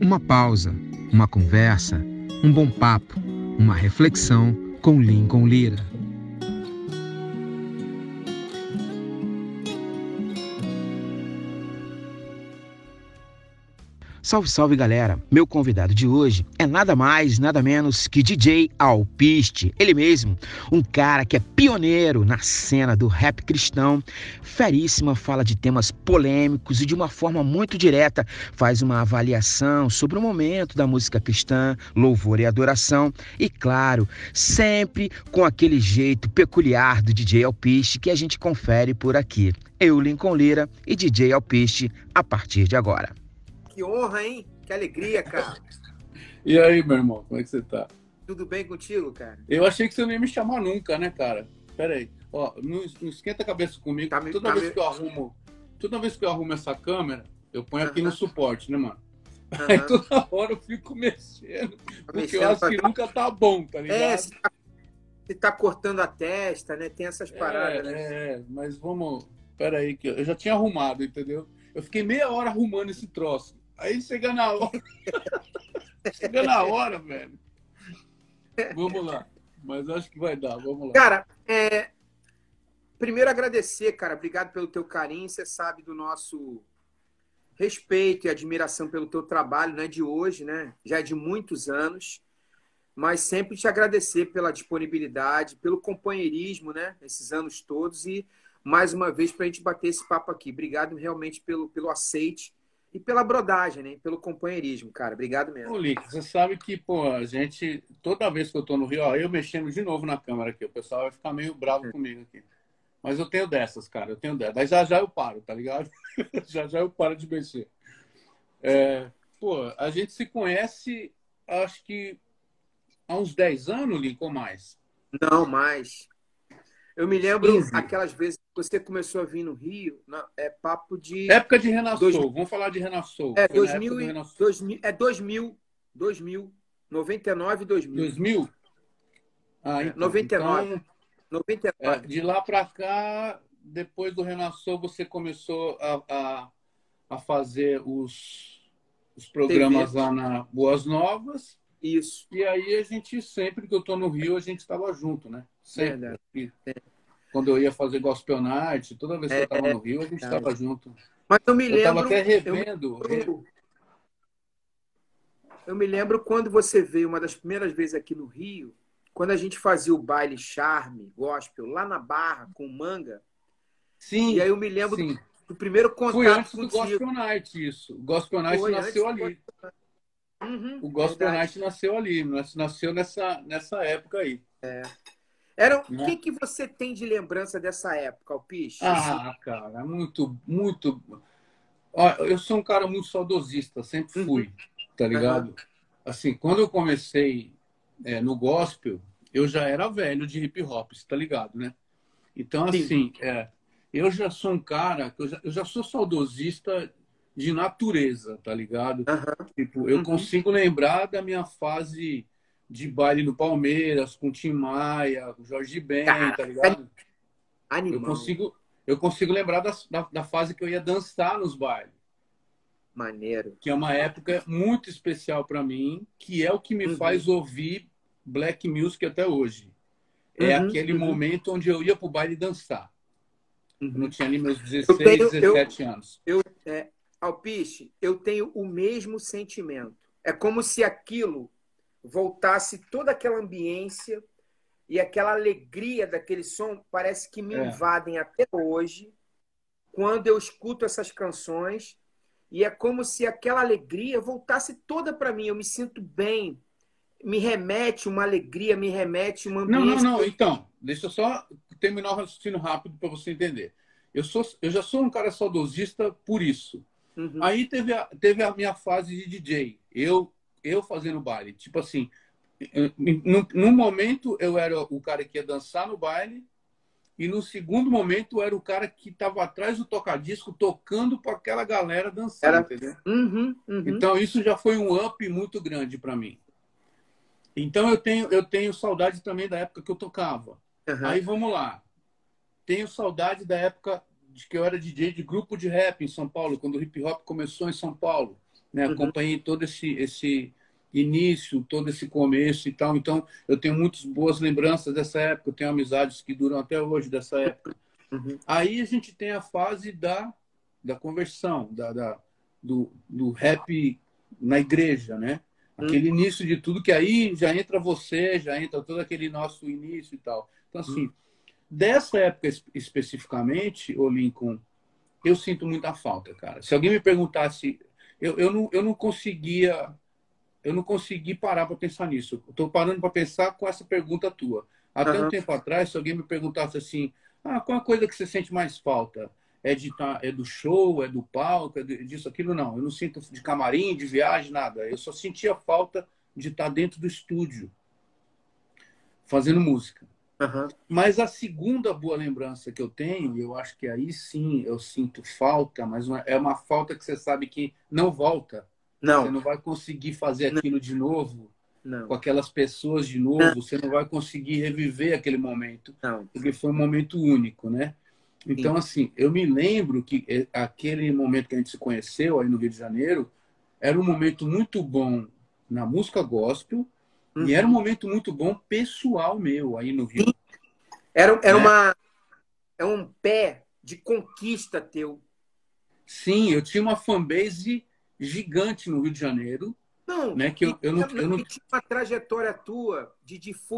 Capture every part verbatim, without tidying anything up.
Uma pausa, uma conversa, um bom papo, uma reflexão com Lincoln Lira. Salve, salve, galera! Meu convidado de hoje é nada mais, nada menos que D J Alpiste. Ele mesmo, um cara que é pioneiro na cena do rap cristão, feríssima, fala de temas polêmicos e de uma forma muito direta faz uma avaliação sobre o momento da música cristã, louvor e adoração e, claro, sempre com aquele jeito peculiar do D J Alpiste que a gente confere por aqui. Eu, Lincoln Lira e D J Alpiste, a partir de agora. Que honra, hein? Que alegria, cara. E aí, meu irmão, como é que você tá? Tudo bem contigo, cara? Eu achei que você não ia me chamar nunca, né, cara? Pera aí. Ó, não, não esquenta a cabeça comigo. Tá, toda tá vez me... que eu arrumo, toda vez que eu arrumo essa câmera, eu ponho aqui uh-huh. no suporte, né, mano? Uh-huh. Aí toda hora eu fico mexendo, tá porque mexendo eu acho pra... que nunca tá bom, tá ligado? É, você tá, você tá cortando a testa, né? Tem essas paradas, é, né? É, mas vamos... Pera aí, que eu já tinha arrumado, entendeu? Eu fiquei meia hora arrumando esse troço. Aí chega na hora. chega na hora, velho. Vamos lá. Mas acho que vai dar. Vamos lá. Cara, é... primeiro agradecer, cara. Obrigado pelo teu carinho. Você sabe do nosso respeito e admiração pelo teu trabalho, não é de hoje, né? Já é de muitos anos. Mas sempre te agradecer pela disponibilidade, pelo companheirismo, né? Esses anos todos. E mais uma vez para a gente bater esse papo aqui. Obrigado realmente pelo, pelo aceite. E pela brodagem, né? Pelo companheirismo, cara. Obrigado mesmo. Ô, Lick, você sabe que, pô, a gente... Toda vez que eu tô no Rio, ó, eu mexendo de novo na câmera aqui, o pessoal vai ficar meio bravo é. comigo aqui. Mas eu tenho dessas, cara. Eu tenho dessas. Daí já já eu paro, tá ligado? já já eu paro de mexer. É, pô, a gente se conhece, acho que há uns dez anos, Lick, ou mais? Não, mais. Eu me lembro quinze. Aquelas vezes que você começou a vir no Rio, é papo de... Época de Renassou, dois... vamos falar de Renassou. É, dois mil, e... dois mil, é dois mil, dois mil, noventa e nove e dois mil. dois mil? Ah, é, então, noventa e nove. Então, noventa e nove. É, de lá para cá, depois do Renassou, você começou a, a, a fazer os, os programas T V. Lá na Boas Novas. Isso. E aí a gente, sempre que eu tô no Rio, a gente estava junto, né? Sempre. É. Quando eu ia fazer Gospel Night, toda vez que é, eu estava no Rio, a gente estava é. junto. Mas eu me lembro... Eu estava até revendo. Eu me, lembro, eu me lembro quando você veio, uma das primeiras vezes aqui no Rio, quando a gente fazia o baile Charme, Gospel, lá na Barra, com Manga. Sim, E aí eu me lembro sim. do, do primeiro contato Foi antes contigo. do Gospel Night, isso. O Gospel Night Foi nasceu antes, ali. Uhum, o Gospel verdade. Night nasceu ali, nasceu nessa, nessa época aí. É. Era, né? O que, que você tem de lembrança dessa época, Alpiste? Ah, cara, muito, muito... Ó, eu sou um cara muito saudosista, sempre fui, uhum. tá ligado? Uhum. Assim, quando eu comecei é, no gospel, eu já era velho de hip hop, você tá ligado, né? Então, assim, é, eu já sou um cara, eu já, eu já sou saudosista de natureza, tá ligado? Uhum. Tipo, eu uhum. consigo lembrar da minha fase de baile no Palmeiras, com Tim Maia, com Jorge Ben, cara, tá ligado? Animal. Eu consigo, eu consigo lembrar da, da, da fase que eu ia dançar nos bailes. Maneiro. Que é uma época muito especial para mim, que é o que me uhum. faz ouvir black music até hoje. É uhum, aquele uhum. momento onde eu ia pro baile dançar. Uhum. Eu não tinha nem meus dezesseis, tenho, dezessete eu, anos. Eu, é, Alpiste, eu tenho o mesmo sentimento. É como se aquilo voltasse, toda aquela ambiência e aquela alegria daquele som, parece que me é. invadem até hoje, quando eu escuto essas canções. E é como se aquela alegria voltasse toda para mim. Eu me sinto bem. Me remete uma alegria, me remete uma ambiência... Não, não, não. Então, deixa eu só terminar o raciocínio rápido para você entender. Eu, sou, eu já sou um cara saudosista por isso. Uhum. Aí teve a, teve a minha fase de D J. Eu, eu fazendo baile. Tipo assim, num momento eu era o cara que ia dançar no baile, e no segundo momento eu era o cara que estava atrás do tocadisco tocando para aquela galera dançar, era... entendeu? Uhum, uhum. Então isso já foi um up muito grande para mim. Então eu tenho, eu tenho saudade também da época que eu tocava. Uhum. Aí vamos lá. Tenho saudade da época de que eu era D J de grupo de rap em São Paulo, quando o hip hop começou em São Paulo. né? Acompanhei todo esse, esse início, todo esse começo e tal. Então, eu tenho muitas boas lembranças dessa época, eu tenho amizades que duram até hoje dessa época. Uhum. Aí a gente tem a fase da, da conversão, da, da, do, do rap na igreja, né? Aquele uhum. início de tudo, que aí já entra você, já entra todo aquele nosso início e tal. Então, assim, uhum. dessa época especificamente, ô Lincoln, eu sinto muita falta, cara. Se alguém me perguntasse, eu, eu, não, eu não conseguia... Eu não consegui parar para pensar nisso. Estou parando para pensar com essa pergunta tua. Até uhum. um tempo atrás, se alguém me perguntasse assim, ah, qual a coisa que você sente mais falta? É, de tá, é do show, é do palco, é disso, aquilo? Não. Eu não sinto de camarim, de viagem, nada. Eu só sentia falta de estar dentro do estúdio, fazendo música. Uhum. Mas a segunda boa lembrança que eu tenho, eu acho que aí sim eu sinto falta, mas é uma falta que você sabe que não volta. Não. Você não vai conseguir fazer aquilo não. de novo, não. com aquelas pessoas de novo. Não. Você não vai conseguir reviver aquele momento, não. porque foi um momento único, né? Então, Sim. assim, eu me lembro que aquele momento que a gente se conheceu aí no Rio de Janeiro era um momento muito bom na música gospel uhum. e era um momento muito bom pessoal meu aí no Rio. Era, era, né? uma, é um pé de conquista teu. Sim, eu tinha uma fanbase gigante no Rio de Janeiro. Não, né? que eu, eu não, eu não... tinha uma trajetória tua de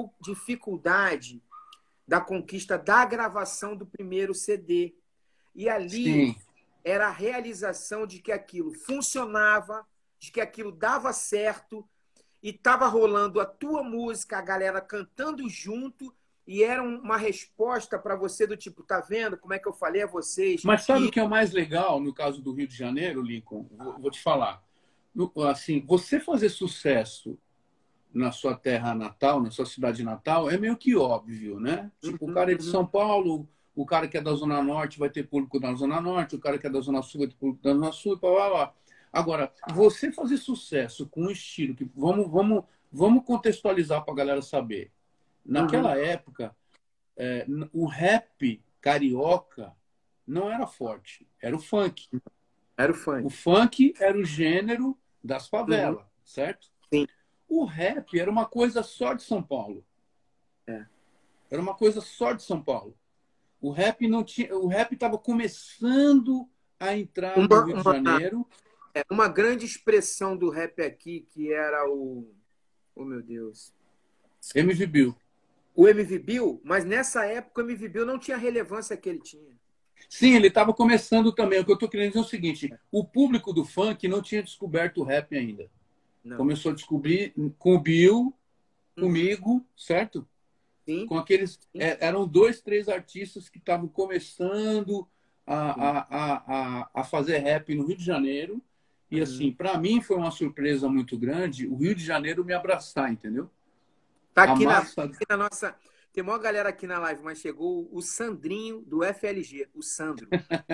dificuldade da conquista da gravação do primeiro C D. E ali Sim. era a realização de que aquilo funcionava, de que aquilo dava certo, e estava rolando a tua música, a galera cantando junto, e era uma resposta para você do tipo, tá vendo como é que eu falei a vocês? Mas sabe o que é o mais legal no caso do Rio de Janeiro, Lincoln? Vou, vou te falar. Assim, você fazer sucesso na sua terra natal, na sua cidade natal, é meio que óbvio, né? Tipo, o cara é de São Paulo, o cara que é da Zona Norte vai ter público na Zona Norte, o cara que é da Zona Sul vai ter público da Zona Sul, e blá, blá, blá. Agora, você fazer sucesso com um estilo que... Vamos, vamos, vamos contextualizar para a galera saber. Naquela uhum. época, é, o rap carioca não era forte, era o funk. Era o funk. O funk era o gênero das favelas, uhum. certo? Sim. O rap era uma coisa só de São Paulo. É. Era uma coisa só de São Paulo. O rap não tinha, o rap estava começando a entrar uma, no Rio de Janeiro. Uma, é, uma grande expressão do rap aqui, que era o... Oh, meu Deus. M V Bill. O M V Bill, mas nessa época o M V Bill não tinha a relevância que ele tinha. Sim, ele estava começando também. O que eu estou querendo dizer é o seguinte, o público do funk não tinha descoberto o rap ainda. Não. Começou a descobrir com o Bill, comigo, hum. certo? Sim. Com aqueles, Sim. Eram dois, três artistas que estavam começando a, a, a, a, a fazer rap no Rio de Janeiro. E, uhum. assim, para mim foi uma surpresa muito grande o Rio de Janeiro me abraçar, entendeu? Tá aqui, massa... na, aqui na nossa... Tem uma galera aqui na live, mas chegou o Sandrinho do F L G, o Sandro.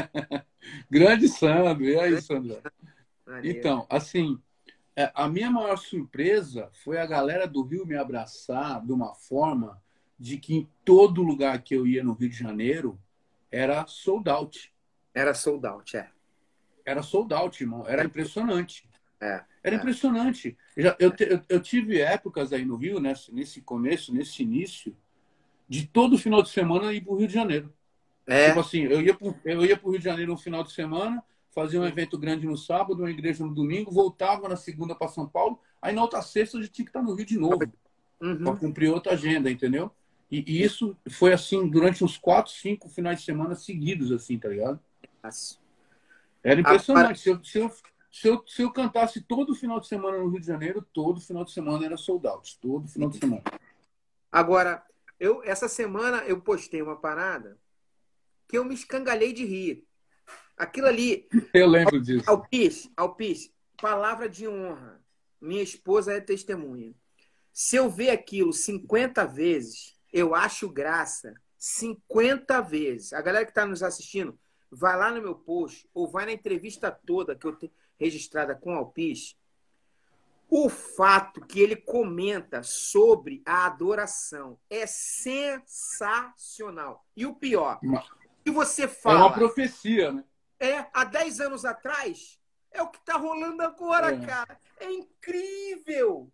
Grande Sandro. E aí, Sandro? Então, assim, a minha maior surpresa foi a galera do Rio me abraçar de uma forma de que em todo lugar que eu ia no Rio de Janeiro era sold out. Era sold out, é. Era sold out, irmão. Era impressionante. É, Era é. impressionante. Eu, eu, eu, eu tive épocas aí no Rio, nesse, nesse começo, nesse início, de todo final de semana ir para o Rio de Janeiro. É. Tipo assim, eu ia para eu ia pro Rio de Janeiro no final de semana, fazia um evento grande no sábado, uma igreja no domingo, voltava na segunda para São Paulo, aí na outra sexta eu já tinha que estar no Rio de novo, uhum. para cumprir outra agenda, entendeu? E, e isso foi assim durante uns quatro, cinco finais de semana seguidos, assim, tá ligado? Nossa. Era impressionante. Se eu, se, eu, se, eu, se eu cantasse todo final de semana no Rio de Janeiro, todo final de semana era sold out. Todo final de semana. Agora, eu, essa semana eu postei uma parada que eu me escangalhei de rir. Aquilo ali... Eu lembro disso. Alpis, Alpis, palavra de honra. Minha esposa é testemunha. Se eu ver aquilo cinquenta vezes, eu acho graça cinquenta vezes. A galera que está nos assistindo, vai lá no meu post ou vai na entrevista toda que eu tenho registrada com o Alpis. O fato que ele comenta sobre a adoração é sensacional. E o pior, que você fala... É uma profecia, né? É, há dez anos atrás, É o que tá rolando agora, É. cara. É incrível.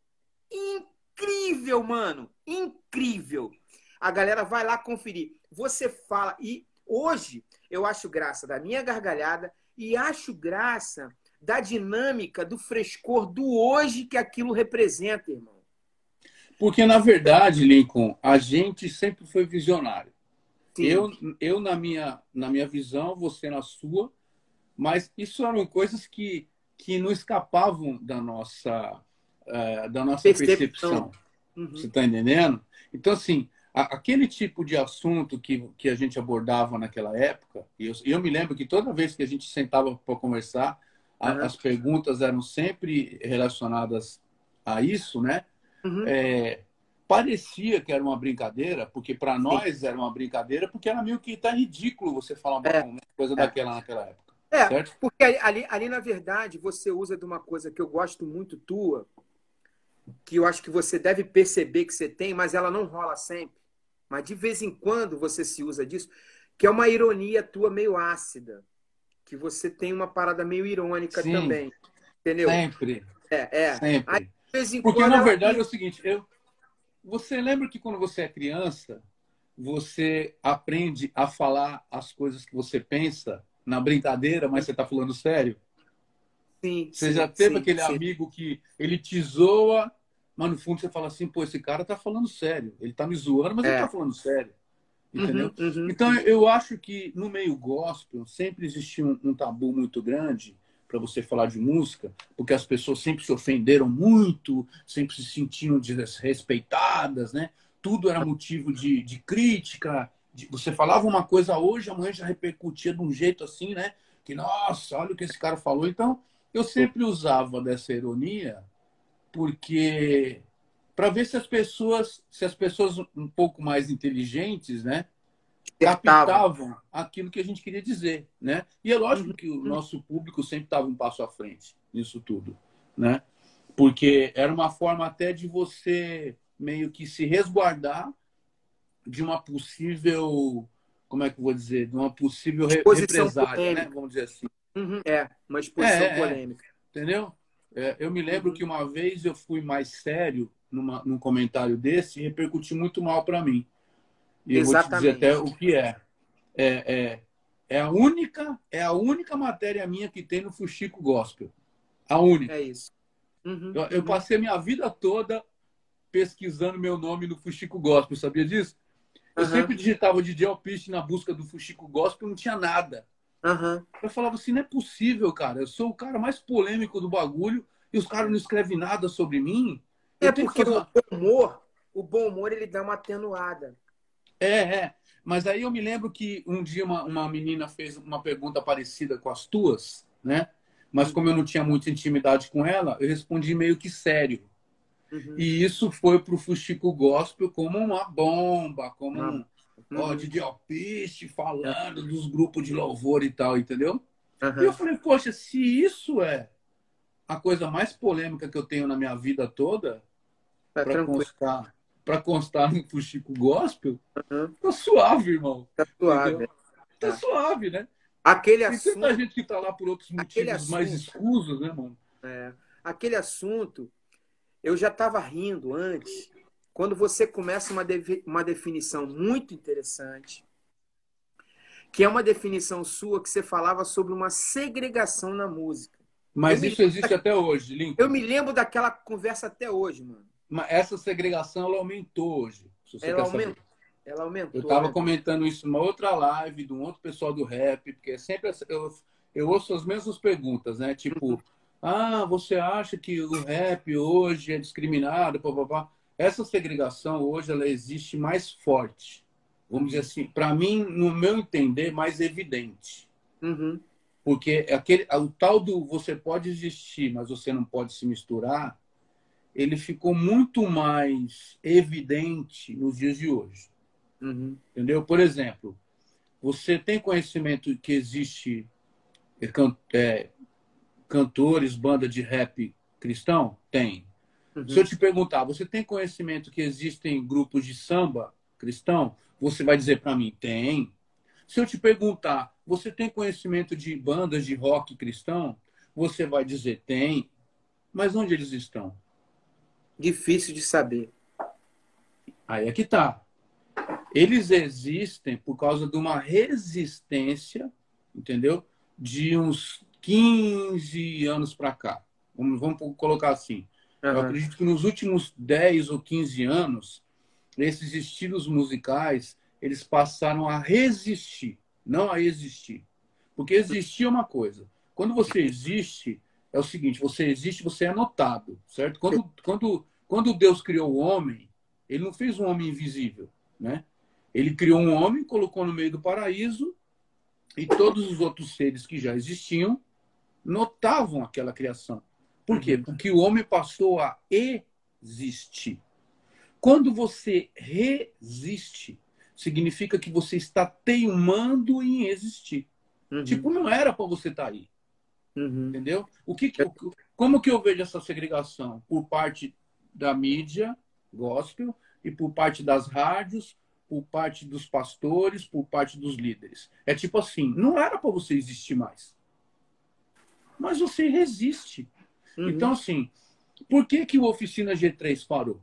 Incrível, mano. Incrível. A galera vai lá conferir. Você fala. E hoje eu acho graça da minha gargalhada e acho graça da dinâmica, do frescor do hoje que aquilo representa, irmão. Porque, na verdade, Lincoln, a gente sempre foi visionário. Eu, Sim. eu na, minha, na minha visão, você na sua, mas isso eram coisas que, que não escapavam da nossa, uh, da nossa percepção. Percepção. Uhum. Você está entendendo? Então, assim, a, aquele tipo de assunto que, que a gente abordava naquela época, e eu, eu me lembro que toda vez que a gente sentava para conversar, a, Uhum. as perguntas eram sempre relacionadas a isso, né? Uhum. É, parecia que era uma brincadeira, porque para nós era uma brincadeira, porque era meio que tá ridículo você falar uma, É. uma coisa É. daquela naquela época. É, certo? porque ali, ali, na verdade, você usa de uma coisa que eu gosto muito tua, que eu acho que você deve perceber que você tem, mas ela não rola sempre. Mas de vez em quando você se usa disso, que é uma ironia tua meio ácida, que você tem uma parada meio irônica Sim, também, entendeu? Sempre. É, é. Sempre. Aí, de vez em porque, quando, na ela... verdade, é o seguinte, eu, você lembra que quando você é criança, você aprende a falar as coisas que você pensa na brincadeira, mas você está falando sério? Sim, Você sim, já teve sim, aquele sim. amigo que ele te zoa, mas no fundo você fala assim, pô, esse cara tá falando sério. Ele tá me zoando, mas É. ele tá falando sério. Entendeu? Uhum, uhum. Então, eu acho que no meio gospel sempre existiu um, um tabu muito grande para você falar de música, porque as pessoas sempre se ofenderam muito, sempre se sentiam desrespeitadas, né? Tudo era motivo de, de crítica. De, você falava uma coisa hoje, amanhã já repercutia de um jeito assim, né? Que, nossa, olha o que esse cara falou. Então, eu sempre usava dessa ironia, porque para ver se as pessoas, se as pessoas um pouco mais inteligentes, né, captavam aquilo que a gente queria dizer, né? E é lógico que o nosso público sempre estava um passo à frente nisso tudo, né? Porque era uma forma até de você meio que se resguardar de uma possível, como é que eu vou dizer, de uma possível Exposição represália, polêmica. né? Vamos dizer assim. Uhum. É, uma exposição É, é, polêmica. Entendeu? É, eu me lembro Uhum. que uma vez eu fui mais sério numa, num comentário desse e repercutiu muito mal para mim. E eu vou te dizer Exatamente. até o que é. É, é, é, a única, é a única matéria minha que tem no Fuxico Gospel. A única. É isso. Uhum, eu, eu uhum. passei minha vida toda pesquisando meu nome no Fuxico Gospel, sabia disso? Eu Uhum. sempre digitava D J Alpiste na busca do Fuxico Gospel e não tinha nada. Uhum. Eu falava assim, não é possível, cara. Eu sou o cara mais polêmico do bagulho e os caras não escrevem nada sobre mim. Eu É tenho que porque fazer uma... o bom humor, o bom humor, ele dá uma atenuada. É, é. Mas aí eu me lembro que um dia uma, uma menina fez uma pergunta parecida com as tuas, né? Mas como eu não tinha muita intimidade com ela, eu respondi meio que sério. Uhum. E isso foi pro Fuxico Gospel como uma bomba, como um... Uhum. Ó, D J Alpiste falando uhum. dos grupos de louvor e tal, entendeu? Uhum. E eu falei, poxa, se isso é a coisa mais polêmica que eu tenho na minha vida toda, tá para constar, para constar no Fuxico Gospel, uhum. tá suave, irmão. Tá suave. Entendeu? Tá é. suave, né? Aquele Tem assunto... tanta gente que tá lá por outros motivos assunto, mais escusos, né, mano? É. Aquele assunto, eu já estava rindo antes, quando você começa uma, de... uma definição muito interessante, que é uma definição sua que você falava sobre uma segregação na música. Mas eu isso existe da... até hoje, Lincoln. Eu me lembro daquela conversa até hoje, mano. Mas essa segregação, ela aumentou hoje, se você ela, quer aumentou, saber. ela aumentou. Eu estava né? comentando isso numa outra live de um outro pessoal do rap, porque sempre eu, eu ouço as mesmas perguntas, né? Tipo, uhum. ah, você acha que o rap hoje é discriminado? Pá, pá, pá. Essa segregação hoje ela existe mais forte. Vamos dizer assim, para mim, no meu entender, mais evidente. Uhum. Porque aquele, o tal do você pode existir, mas você não pode se misturar, ele ficou muito mais evidente nos dias de hoje. Uhum. Entendeu? Por exemplo, você tem conhecimento que existe é, cantores, banda de rap cristão? Tem. Uhum. Se eu te perguntar, você tem conhecimento que existem grupos de samba cristão? Você vai dizer para mim, tem. Se eu te perguntar, você tem conhecimento de bandas de rock cristão? Você vai dizer, tem, mas onde eles estão? Difícil de saber. Aí é que tá. Eles existem por causa de uma resistência, entendeu? De uns quinze anos para cá. Vamos, vamos colocar assim. Uhum. Eu acredito que nos últimos dez ou quinze anos, esses estilos musicais, eles passaram a resistir, não a existir. Porque existir é uma coisa. Quando você existe, é o seguinte, você existe, você é notado, certo? Quando, quando, quando Deus criou o homem, ele não fez um homem invisível, né? Ele criou um homem, colocou no meio do paraíso, e todos os outros seres que já existiam notavam aquela criação. Por quê? Porque o homem passou a existir. Quando você resiste, significa que você está teimando em existir. Uhum. Tipo, não era para você estar aí. Uhum. Entendeu? O que, como que eu vejo essa segregação? Por parte da mídia gospel e por parte das rádios, por parte dos pastores, por parte dos líderes. É tipo assim, não era para você existir mais. Mas você resiste. Uhum. Então, assim, por que que o Oficina G três parou?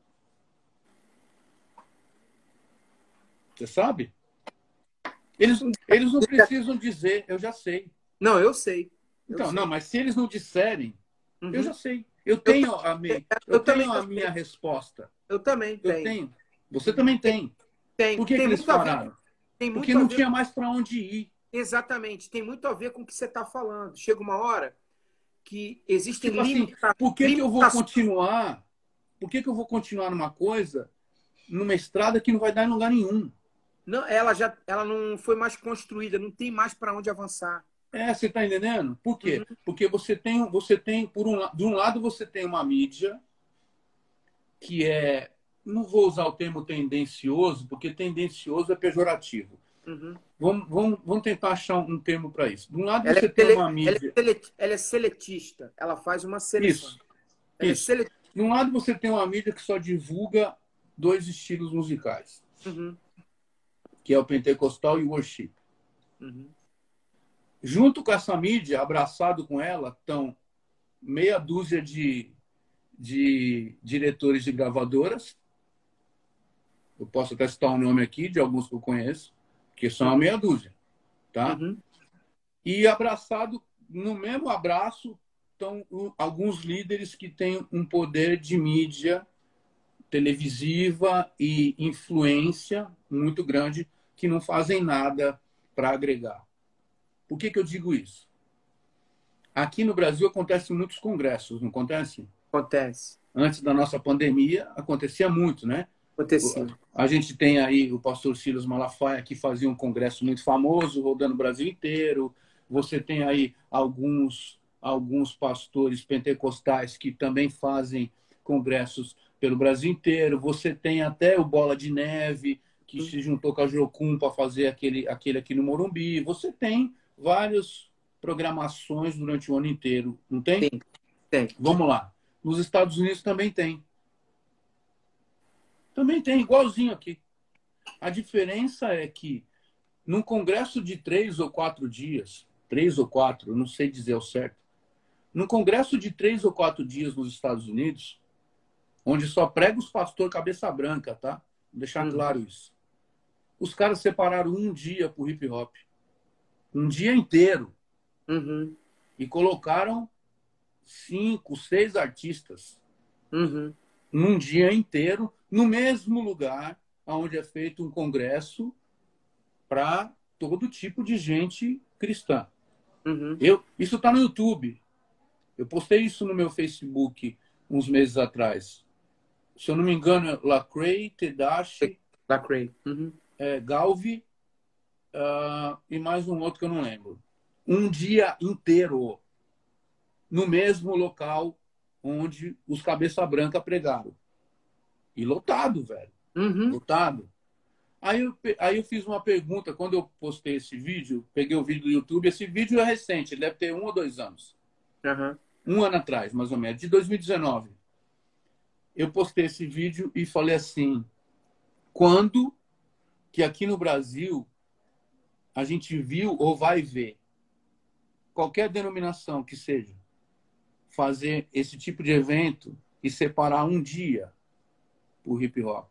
Você sabe? Eles, eles não precisam dizer, eu já sei. Não, eu sei. Eu então, sei. não, mas se eles não disserem, uhum. eu já sei. Eu tenho eu, a, minha, eu eu tenho a minha resposta. Eu também tenho. Eu tenho. Você também tem. Tem. Por que, tem que eles pararam? Tem muito Porque não tinha mais para onde ir. Exatamente. Tem muito a ver com o que você está falando. Chega uma hora que existem tipo limitações. Assim, por que, que eu vou continuar? Por que, que eu vou continuar numa coisa, numa estrada que não vai dar em lugar nenhum? Não, ela já ela não foi mais construída, não tem mais para onde avançar. É, você está entendendo? Por quê? Uhum. Porque você tem, você tem por um, de um lado, você tem uma mídia que é, não vou usar o termo tendencioso, porque tendencioso é pejorativo. Uhum. Vamos, vamos, vamos tentar achar um termo para isso. De um lado, ela você é tem tele, uma mídia... Ela é, ela é seletista, ela faz uma seleção. Isso. Ela isso. É selet... De um lado, você tem uma mídia que só divulga dois estilos musicais. Uhum. Que é o pentecostal e o worship. Uhum. Junto com essa mídia, abraçado com ela, estão meia dúzia de, de diretores de gravadoras. Eu posso até citar um nome aqui, de alguns que eu conheço, que são a meia dúzia. Tá? Uhum. E abraçado, no mesmo abraço, estão alguns líderes que têm um poder de mídia televisiva e influência muito grande, que não fazem nada para agregar. Por que que eu digo isso? Aqui no Brasil acontecem muitos congressos, não acontece? Acontece. Antes da nossa pandemia, acontecia muito, né? Acontecia. A gente tem aí o pastor Silas Malafaia, que fazia um congresso muito famoso, rodando o Brasil inteiro. Você tem aí alguns, alguns pastores pentecostais que também fazem congressos pelo Brasil inteiro. Você tem até o Bola de Neve, que se juntou com a Jocum para fazer aquele, aquele aqui no Morumbi. Você tem várias programações durante o ano inteiro, não tem? Tem, tem. Vamos lá. Nos Estados Unidos também tem. Também tem, igualzinho aqui. A diferença é que num congresso de três ou quatro dias, três ou quatro, não sei dizer o certo, num congresso de três ou quatro dias nos Estados Unidos, onde só prega os pastores cabeça branca, tá? Vou deixar uhum. claro isso. Os caras separaram um dia pro hip hop. Um dia inteiro. Uhum. E colocaram cinco, seis artistas uhum. num dia inteiro, no mesmo lugar onde é feito um congresso para todo tipo de gente cristã. Uhum. Eu, isso está no YouTube. Eu postei isso no meu Facebook uns meses atrás. Se eu não me engano, é Lecrae, Tedaschi, Lecrae. Uhum. é, Galvi uh, e mais um outro que eu não lembro. Um dia inteiro no mesmo local onde os cabeça branca pregaram. E lotado, velho. Uhum. Lotado. Aí eu, aí eu fiz uma pergunta, quando eu postei esse vídeo, peguei o vídeo do YouTube, esse vídeo é recente, ele deve ter um ou dois anos. Uhum. Um ano atrás, mais ou menos, de dois mil e dezenove. Eu postei esse vídeo e falei assim, quando que aqui no Brasil a gente viu ou vai ver qualquer denominação que seja, fazer esse tipo de evento e separar um dia o hip hop.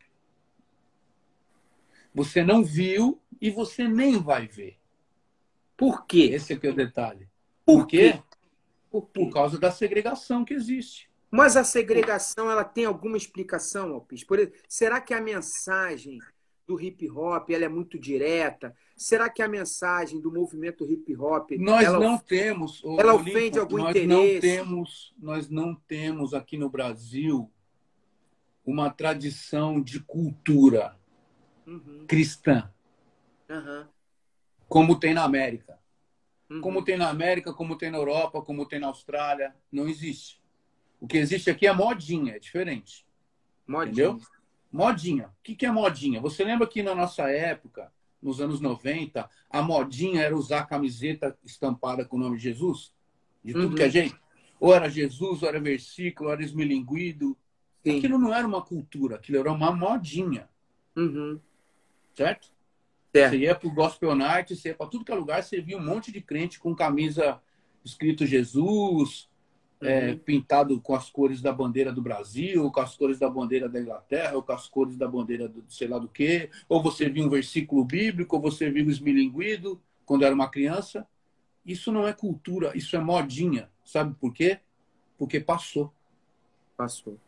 Você não viu e você nem vai ver. Por quê? Esse aqui é o detalhe. Por, Por quê? quê? Por quê? Por causa da segregação que existe. Mas a segregação, ela tem alguma explicação, Alpes? Por exemplo, será que a mensagem do hip hop ela é muito direta? Será que a mensagem do movimento hip hop Nós ela, não temos, ela Olimpo, ofende algum nós interesse? não temos, nós não temos aqui no Brasil uma tradição de cultura uhum. cristã, Uhum. como tem na América. Uhum. Como tem na América, como tem na Europa, como tem na Austrália, não existe. O que existe aqui é modinha, é diferente. Modinha. Entendeu? Modinha. O que é modinha? Você lembra que na nossa época, nos anos noventa, a modinha era usar camiseta estampada com o nome de Jesus? De tudo uhum. que é jeito? Ou era Jesus, ou era versículo, ou era esmilinguido. Sim. Aquilo não era uma cultura, aquilo era uma modinha. Uhum. Certo? certo? Você ia para o Gospel Night, você ia para tudo que é lugar, você via um monte de crente com camisa escrito Jesus, uhum. é, pintado com as cores da bandeira do Brasil, com as cores da bandeira da Inglaterra, ou com as cores da bandeira do sei lá do quê. Ou você via um versículo bíblico, ou você via um esmilinguido quando era uma criança. Isso não é cultura, isso é modinha. Sabe por quê? Porque passou. Passou.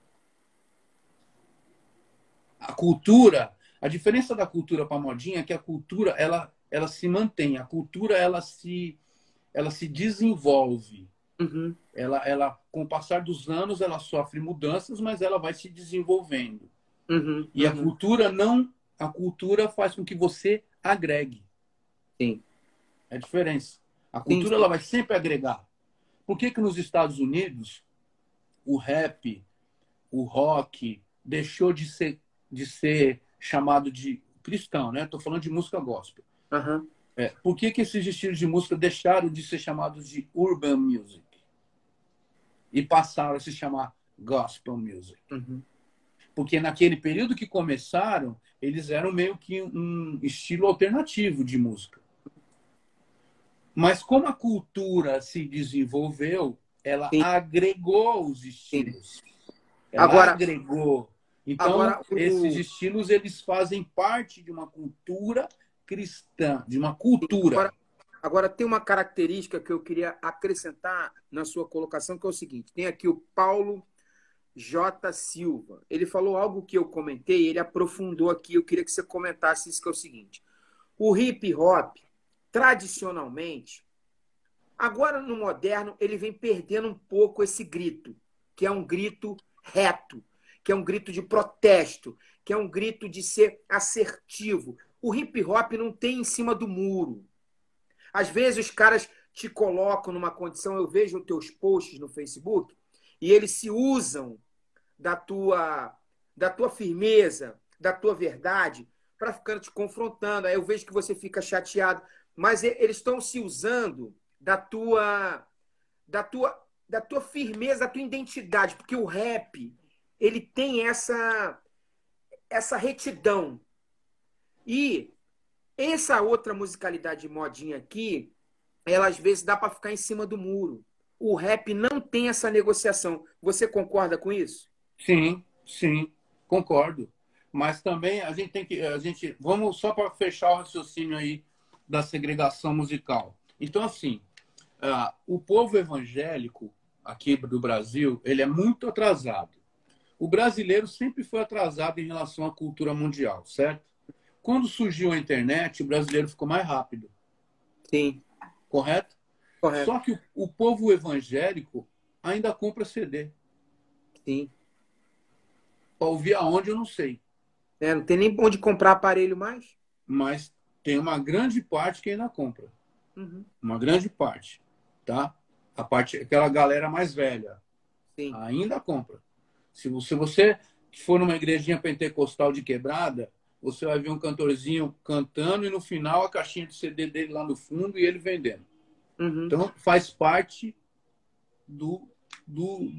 A cultura, a diferença da cultura para a modinha é que a cultura ela, ela se mantém, a cultura ela se, ela se desenvolve. Uhum. Ela, ela, com o passar dos anos, ela sofre mudanças, mas ela vai se desenvolvendo. Uhum. E uhum. a cultura não, a cultura faz com que você agregue. Sim. É a diferença. A cultura sim, sim. ela vai sempre agregar. Por que que nos Estados Unidos o rap, o rock deixou de ser de ser chamado de cristão, né? Estou falando de música gospel. Uhum. É, por que que esses estilos de música deixaram de ser chamados de urban music e passaram a se chamar gospel music? Uhum. Porque naquele período que começaram, eles eram meio que um estilo alternativo de música. Mas como a cultura se desenvolveu, ela Sim. agregou os estilos. Sim. Ela Agora... agregou. Então, Agora, o... esses estilos, eles fazem parte de uma cultura cristã, de uma cultura. Agora, agora, tem uma característica que eu queria acrescentar na sua colocação, que é o seguinte. Tem aqui o Paulo J. Silva. Ele falou algo que eu comentei, ele aprofundou aqui. Eu queria que você comentasse isso, que é o seguinte. O hip hop, tradicionalmente, agora no moderno, ele vem perdendo um pouco esse grito, que é um grito reto, que é um grito de protesto, que é um grito de ser assertivo. O hip hop não tem em cima do muro. Às vezes os caras te colocam numa condição, eu vejo os teus posts no Facebook, e eles se usam da tua, da tua firmeza, da tua verdade, para ficar te confrontando. Aí eu vejo que você fica chateado, mas eles estão se usando da tua, da tua, da tua firmeza, da tua identidade, porque o rap ele tem essa, essa retidão. E essa outra musicalidade modinha aqui, ela às vezes dá para ficar em cima do muro. O rap não tem essa negociação. Você concorda com isso? Sim, sim, concordo. Mas também a gente tem que... A gente, vamos só para fechar o raciocínio aí da segregação musical. Então, assim, uh, o povo evangélico aqui do Brasil, ele é muito atrasado. O brasileiro sempre foi atrasado em relação à cultura mundial, certo? Quando surgiu a internet, o brasileiro ficou mais rápido. Sim. Correto? Correto. Só que o, o povo evangélico ainda compra C D. Sim. Para ouvir aonde, eu não sei. É, não tem nem onde comprar aparelho mais. Mas tem uma grande parte que ainda compra. Uhum. Uma grande parte. Tá? A parte, aquela galera mais velha. Sim. Ainda compra. Se você for numa igrejinha pentecostal de quebrada, você vai ver um cantorzinho cantando e no final a caixinha de C D dele lá no fundo e ele vendendo. Uhum. Então faz parte do, do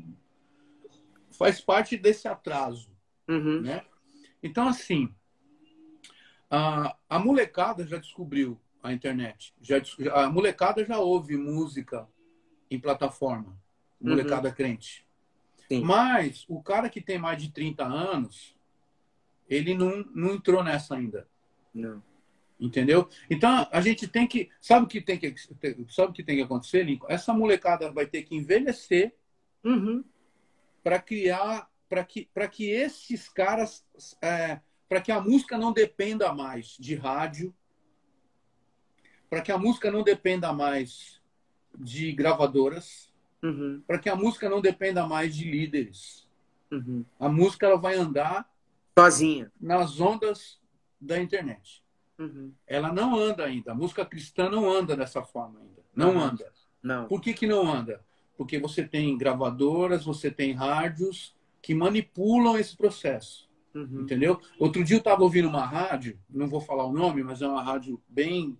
faz parte desse atraso, uhum. né? Então assim, a, a molecada já descobriu a internet. Já, já, a molecada já ouve música em plataforma. Molecada uhum. crente. Sim. Mas o cara que tem mais de trinta anos, ele não, não entrou nessa ainda. Não. Entendeu? Então, a gente tem que... Sabe o que tem que, sabe o que, tem que acontecer, Lincoln? Essa molecada vai ter que envelhecer uhum. para criar... Para que, para que esses caras... É, para que a música não dependa mais de rádio, para que a música não dependa mais de gravadoras, uhum. para que a música não dependa mais de líderes. Uhum. A música ela vai andar sozinha nas ondas da internet. Uhum. Ela não anda ainda. A música cristã não anda dessa forma ainda. Não uhum. anda. Não. Por que que não anda? Porque você tem gravadoras, você tem rádios que manipulam esse processo. Uhum. Entendeu? Outro dia eu estava ouvindo uma rádio, não vou falar o nome, mas é uma rádio bem,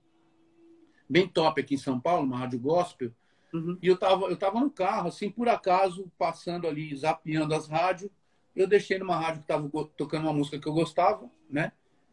bem top aqui em São Paulo, uma rádio gospel. Uhum. E eu estava eu tava no carro, assim, por acaso, passando ali, zapeando as rádios. Eu deixei numa rádio que estava tocando uma música que eu gostava, né?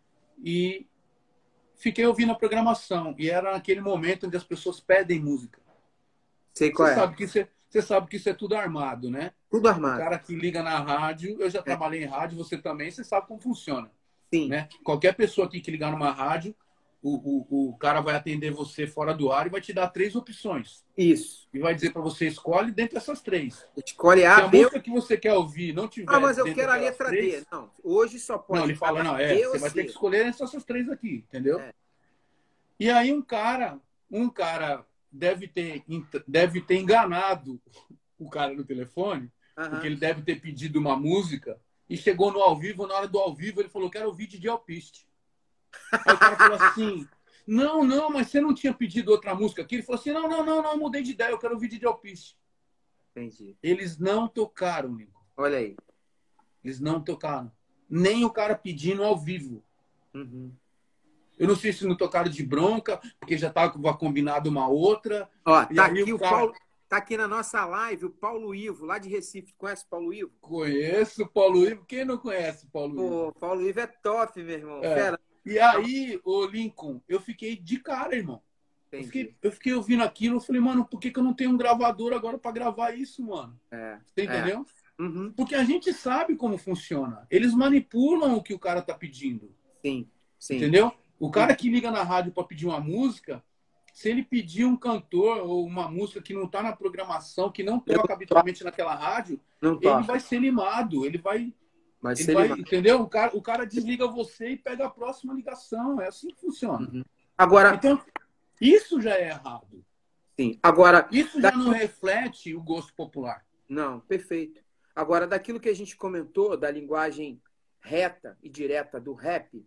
E fiquei ouvindo a programação. E era naquele momento onde as pessoas pedem música. Sei qual você é. Sabe que isso é, você sabe que isso é tudo armado, né? Tudo armado. O cara que liga na rádio, eu já é. trabalhei em rádio, você também, você sabe como funciona. Sim. Né? Qualquer pessoa aqui que ligar numa rádio, o, o, o cara vai atender você fora do ar e vai te dar três opções. Isso. E vai dizer para você, escolhe dentre essas três. Escolhe A, Se a B... música que você quer ouvir não tiver... Ah, mas eu quero a letra três... D. Não, hoje só pode... Não, ele fala, não, é, B você vai C. ter que escolher essas três aqui, entendeu? É. E aí um cara, um cara deve ter, deve ter enganado o cara no telefone, uhum. porque ele deve ter pedido uma música e chegou no ao vivo, na hora do ao vivo ele falou, quero ouvir de Alpiste. Aí o cara falou assim, não, não, mas você não tinha pedido outra música aqui? Ele falou assim, não, não, não, não, mudei de ideia, eu quero ouvir de Alpiste. Entendi. Eles não tocaram, Nico. Olha aí. Eles não tocaram. Nem o cara pedindo ao vivo. Uhum. Eu não sei se não tocaram de bronca, porque já estava combinado uma outra. Ó, tá aqui o, o cara... Paulo, tá aqui na nossa live o Paulo Ivo, lá de Recife. Conhece o Paulo Ivo? Conheço o Paulo Ivo. Quem não conhece o Paulo Ivo? Pô, Paulo Ivo é top, meu irmão. É. Pera. E aí, ô Lincoln, eu fiquei de cara, irmão. Eu fiquei, eu fiquei ouvindo aquilo, eu falei, mano, por que, que eu não tenho um gravador agora para gravar isso, mano? É. Você entendeu? É. Uhum. Porque a gente sabe como funciona. Eles manipulam o que o cara tá pedindo. Sim, sim. Entendeu? O cara que liga na rádio para pedir uma música, se ele pedir um cantor ou uma música que não está na programação, que não toca habitualmente naquela rádio, não ele toca. vai ser limado, ele vai... vai, ele ser vai limado. Entendeu? O cara, o cara desliga você e pega a próxima ligação. É assim que funciona. Uhum. Agora... Então, isso já é errado. Sim. Agora... Isso já não reflete o gosto popular. Não, perfeito. Agora, daquilo que a gente comentou, da linguagem reta e direta do rap,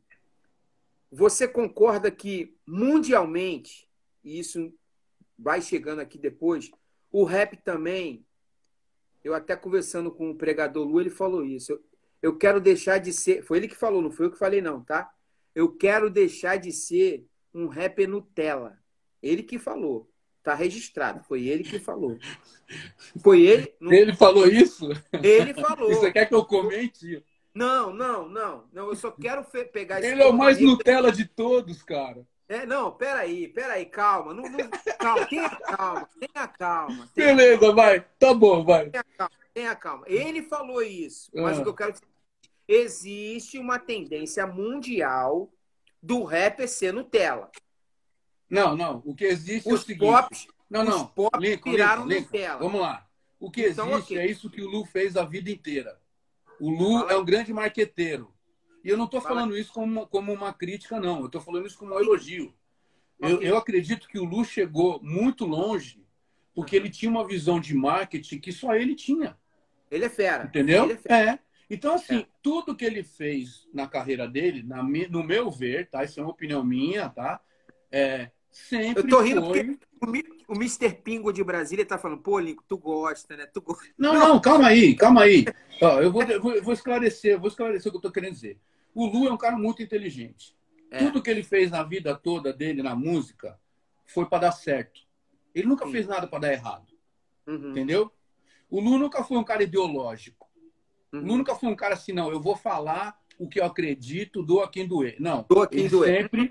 você concorda que, mundialmente, e isso vai chegando aqui depois, o rap também, eu até conversando com o pregador Lu, ele falou isso, eu, eu quero deixar de ser, foi ele que falou, não foi eu que falei não, tá? Eu quero deixar de ser um rapper Nutella. Ele que falou, tá registrado, foi ele que falou. Foi ele... Não... Ele falou isso? Ele falou. Você quer que eu comente? Não, não, não, não. Eu só quero pegar esse. Ele é o mais Nutella de todos, cara. É, não, peraí, peraí, calma. Não, não, calma, tenha calma, tenha calma. Tenha Beleza, calma. vai. Tá bom, vai. Tenha calma, tenha calma. Ele falou isso, mas ah. o que eu quero dizer é existe uma tendência mundial do rapper ser Nutella. Não, não. O que existe os é o seguinte. Pops, não, não. Os pop Lincoln, viraram Lincoln, Nutella. Lincoln. Vamos lá. O que então, existe okay. é isso que o Lu fez a vida inteira. O Lu é um grande marqueteiro. E eu não estou falando isso como, como uma crítica, não. Eu estou falando isso como um elogio. Okay. Eu, eu acredito que o Lu chegou muito longe porque uhum. ele tinha uma visão de marketing que só ele tinha. Ele é fera. Entendeu? Ele é, fera. é. Então, assim, é. tudo que ele fez na carreira dele, na, no meu ver, tá? Isso é uma opinião minha, tá? É, sempre eu tô rindo foi... porque o mister Pingo de Brasília tá falando, pô, Lincoln, tu gosta, né? Tu gosta. Não, não, calma aí, calma aí. Ó, eu vou, eu vou, eu vou esclarecer, eu vou esclarecer o que eu tô querendo dizer. O Lu é um cara muito inteligente. É. Tudo que ele fez na vida toda dele, na música, foi para dar certo. Ele nunca Sim. fez nada para dar errado. Uhum. Entendeu? O Lu nunca foi um cara ideológico. Uhum. O Lu nunca foi um cara assim, não, eu vou falar o que eu acredito, doa quem doer. Não, doa quem ele doer. sempre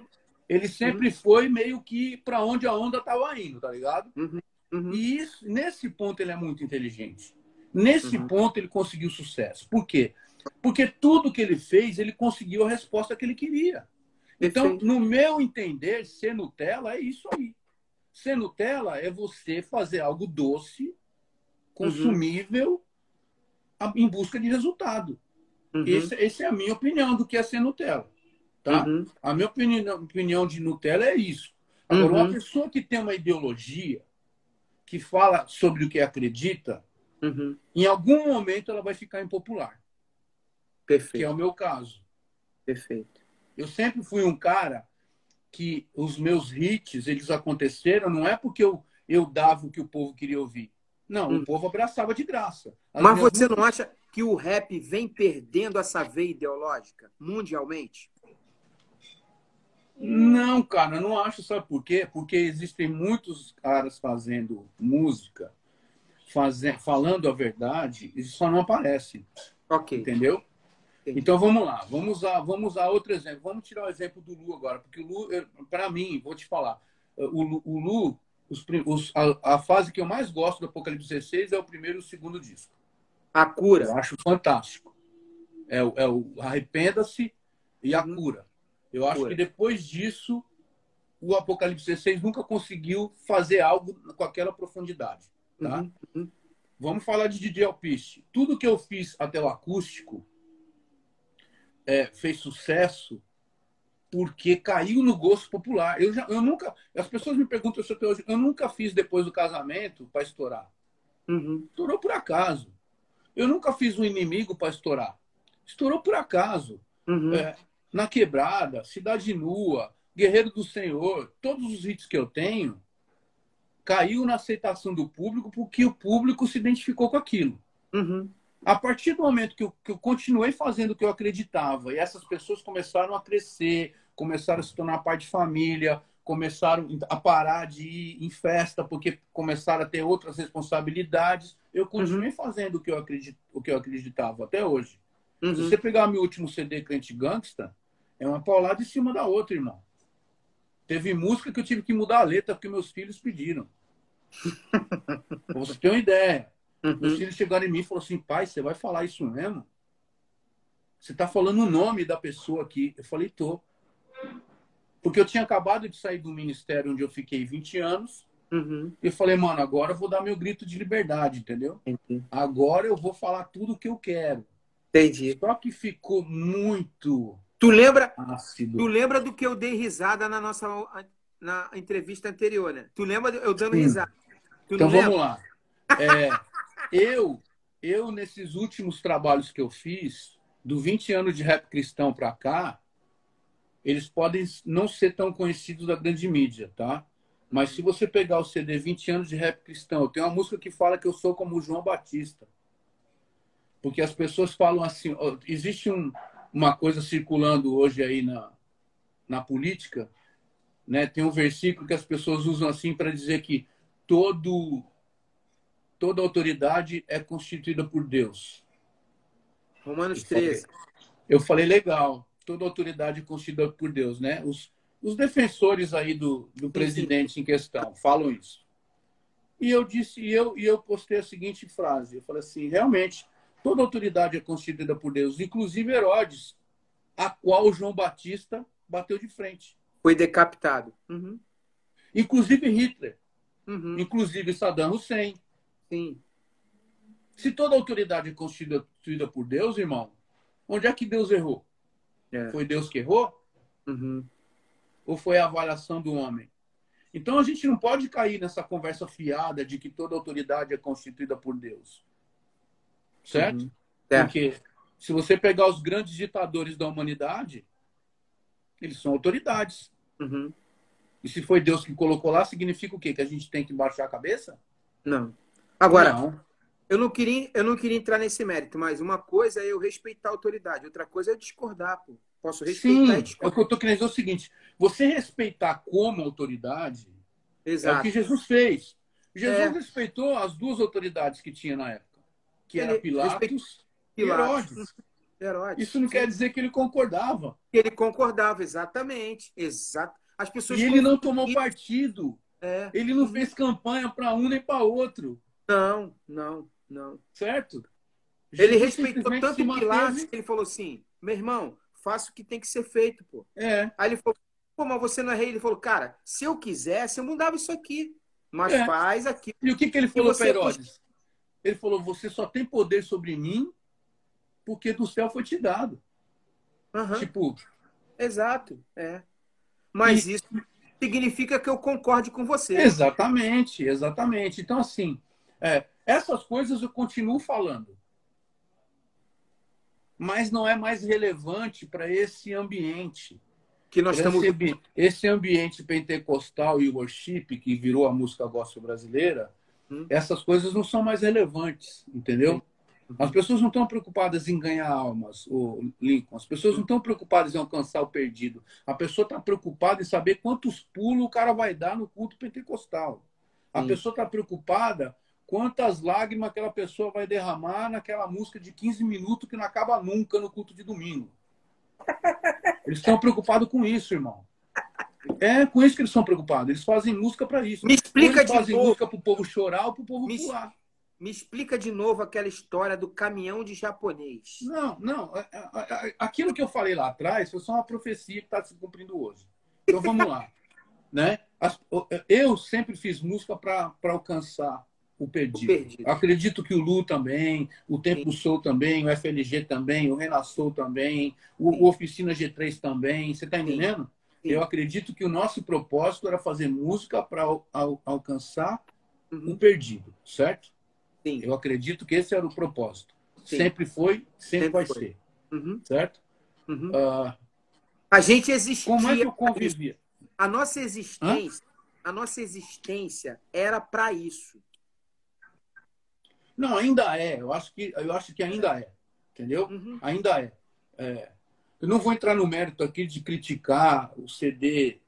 Ele sempre uhum. foi meio que para onde a onda estava indo, tá ligado? Uhum. Uhum. E isso, nesse ponto ele é muito inteligente. Nesse uhum. ponto ele conseguiu sucesso. Por quê? Porque tudo que ele fez, ele conseguiu a resposta que ele queria. Então, Perfeito. No meu entender, ser Nutella é isso aí. Ser Nutella é você fazer algo doce, consumível, uhum. em busca de resultado. Uhum. Esse, essa é a minha opinião do que é ser Nutella. Tá? Uhum. A minha opinião, opinião de Nutella é isso. Agora, uhum. uma pessoa que tem uma ideologia, que fala sobre o que acredita, uhum. em algum momento ela vai ficar impopular. Perfeito. Que é o meu caso. Perfeito. Eu sempre fui um cara que os meus hits, eles aconteceram, não é porque eu, eu dava o que o povo queria ouvir. Não, uhum. o povo abraçava de graça. As Mas você músicas... não acha que o rap vem perdendo essa veia ideológica mundialmente? Não, cara, eu não acho. Sabe por quê? Porque existem muitos caras fazendo música, fazendo, falando a verdade, e só não aparecem. Ok. Entendeu? Entendi. Então vamos lá, vamos usar, vamos usar outro exemplo. Vamos tirar o exemplo do Lu agora, porque o Lu, para mim, vou te falar, o Lu, o Lu os, os, a, a fase que eu mais gosto do Apocalipse dezesseis é o primeiro e o segundo disco. A Cura. Eu acho fantástico. É, é o Arrependa-se e a uhum. Cura. Eu acho Cura. que depois disso, o Apocalipse dezesseis nunca conseguiu fazer algo com aquela profundidade. Tá? Uhum. Uhum. Vamos falar de D J Alpiste. Tudo que eu fiz até o acústico é, fez sucesso porque caiu no gosto popular. Eu, já, eu nunca... As pessoas me perguntam isso até hoje. Eu nunca fiz depois do casamento para estourar. Uhum. Estourou por acaso. Eu nunca fiz um inimigo para estourar. Estourou por acaso. Uhum. É, na Quebrada, Cidade Nua, Guerreiro do Senhor, todos os hits que eu tenho, caiu na aceitação do público porque o público se identificou com aquilo. Uhum. A partir do momento que eu, que eu continuei fazendo o que eu acreditava e essas pessoas começaram a crescer, começaram a se tornar parte de família, começaram a parar de ir em festa porque começaram a ter outras responsabilidades, eu continuei uhum. fazendo o que eu, acredit, o que eu acreditava até hoje. Uhum. Se você pegar meu último C D, Crente Gangsta, é uma paulada em cima da outra, irmão. Teve música que eu tive que mudar a letra porque meus filhos pediram. Pra você ter uma ideia. Uhum. Meus filhos chegaram em mim e falaram assim, pai, você vai falar isso mesmo? Você tá falando o nome da pessoa aqui. Eu falei, tô. Porque eu tinha acabado de sair do ministério onde eu fiquei vinte anos. Uhum. E eu falei, mano, agora eu vou dar meu grito de liberdade, entendeu? Entendi. Agora eu vou falar tudo o que eu quero. Entendi. Só que ficou muito tu lembra, ácido. Tu lembra do que eu dei risada na nossa na entrevista anterior, né? Tu lembra eu dando Sim. risada? Tu então vamos lembra? lá. É, eu, eu, nesses últimos trabalhos que eu fiz, do vinte anos de rap cristão para cá, eles podem não ser tão conhecidos da grande mídia, tá? Mas se você pegar o C D vinte anos de rap cristão, eu tenho uma música que fala que eu sou como o João Batista. Porque as pessoas falam assim... Existe um, uma coisa circulando hoje aí na, na política, né? Tem um versículo que as pessoas usam assim para dizer que todo, toda autoridade é constituída por Deus. Romanos eu falei, treze. Eu falei, legal. Toda autoridade é constituída por Deus, né? Os, os defensores aí do, do presidente sim. em questão falam isso. E eu disse, e eu, e eu postei a seguinte frase. Eu falei assim, realmente... Toda autoridade é constituída por Deus, inclusive Herodes, a qual João Batista bateu de frente. Foi decapitado. Uhum. Inclusive Hitler. Uhum. Inclusive Saddam Hussein. Sim. Se toda autoridade é constituída por Deus, irmão, onde é que Deus errou? É. Foi Deus que errou? Uhum. Ou foi a avaliação do homem? Então a gente não pode cair nessa conversa fiada de que toda autoridade é constituída por Deus. Certo? Uhum. É. Porque se você pegar os grandes ditadores da humanidade, eles são autoridades. Uhum. E se foi Deus que colocou lá, significa o quê? Que a gente tem que baixar a cabeça? Não. Agora, não. Eu, não queria, eu não queria entrar nesse mérito, mas uma coisa é eu respeitar a autoridade, outra coisa é eu discordar, pô. Posso respeitar Sim, e discordar. é o que eu estou querendo dizer é o seguinte, você respeitar como autoridade Exato. é o que Jesus fez. Jesus É. respeitou as duas autoridades que tinha na época, que Ele era Pilatos, respe... e Pilatos. Herodes. Herodes. Isso não Sim. quer dizer que ele concordava. Ele concordava, exatamente. Exato. as pessoas... E ele não tomou partido. É. Ele não fez campanha para um nem para outro. Não, não, não. Certo? Ele Jesus respeitou tanto o Pilatos que ele falou assim, meu irmão, faça o que tem que ser feito, pô. É. Aí ele falou, pô, mas você não é rei? Ele falou, cara, se eu quisesse, eu mudava isso aqui. Mas é. faz aqui. E o que, que ele falou para Herodes? Ele falou, você só tem poder sobre mim porque do céu foi te dado. Uhum. Tipo... Exato, é. Mas e... isso significa que eu concorde com você. Exatamente, exatamente. Então, assim, é, essas coisas eu continuo falando. Mas não é mais relevante para esse ambiente. Que nós estamos... esse, esse ambiente pentecostal e worship, que virou a música gospel brasileira, hum. essas coisas não são mais relevantes, entendeu? Hum. As pessoas não estão preocupadas em ganhar almas, o Lincoln. As pessoas não estão preocupadas em alcançar o perdido. A pessoa está preocupada em saber quantos pulos o cara vai dar no culto pentecostal. A Sim. pessoa está preocupada quantas lágrimas aquela pessoa vai derramar naquela música de quinze minutos que não acaba nunca no culto de domingo. Eles estão preocupados com isso, irmão. É com isso que eles são preocupados. Eles fazem música para isso. Me explica eles de fazem novo. música para o povo chorar ou para o povo Me... pular. Me explica de novo aquela história do caminhão de japonês. Não, não. Aquilo que eu falei lá atrás foi só uma profecia que está se cumprindo hoje. Então vamos lá. Né? Eu sempre fiz música para alcançar o perdido. o perdido. Acredito que o Lu também, o Tempo Sim. Soul também, o F L G também, o Renasceu também, o, o Oficina G três também. Você está entendendo? Sim. Eu acredito que o nosso propósito era fazer música para al, al, alcançar uhum. o perdido, certo? Sim. Eu acredito que esse era o propósito. Sim. Sempre foi, sempre, sempre vai foi. ser. Uhum. Certo? Uhum. Uh, a gente existia... Como é que eu convivia? A nossa existência, Hã? a nossa existência era para isso. Não, ainda é. Eu acho que, eu acho que ainda é. Entendeu? Uhum. Ainda é. é. Eu não vou entrar no mérito aqui de criticar o C D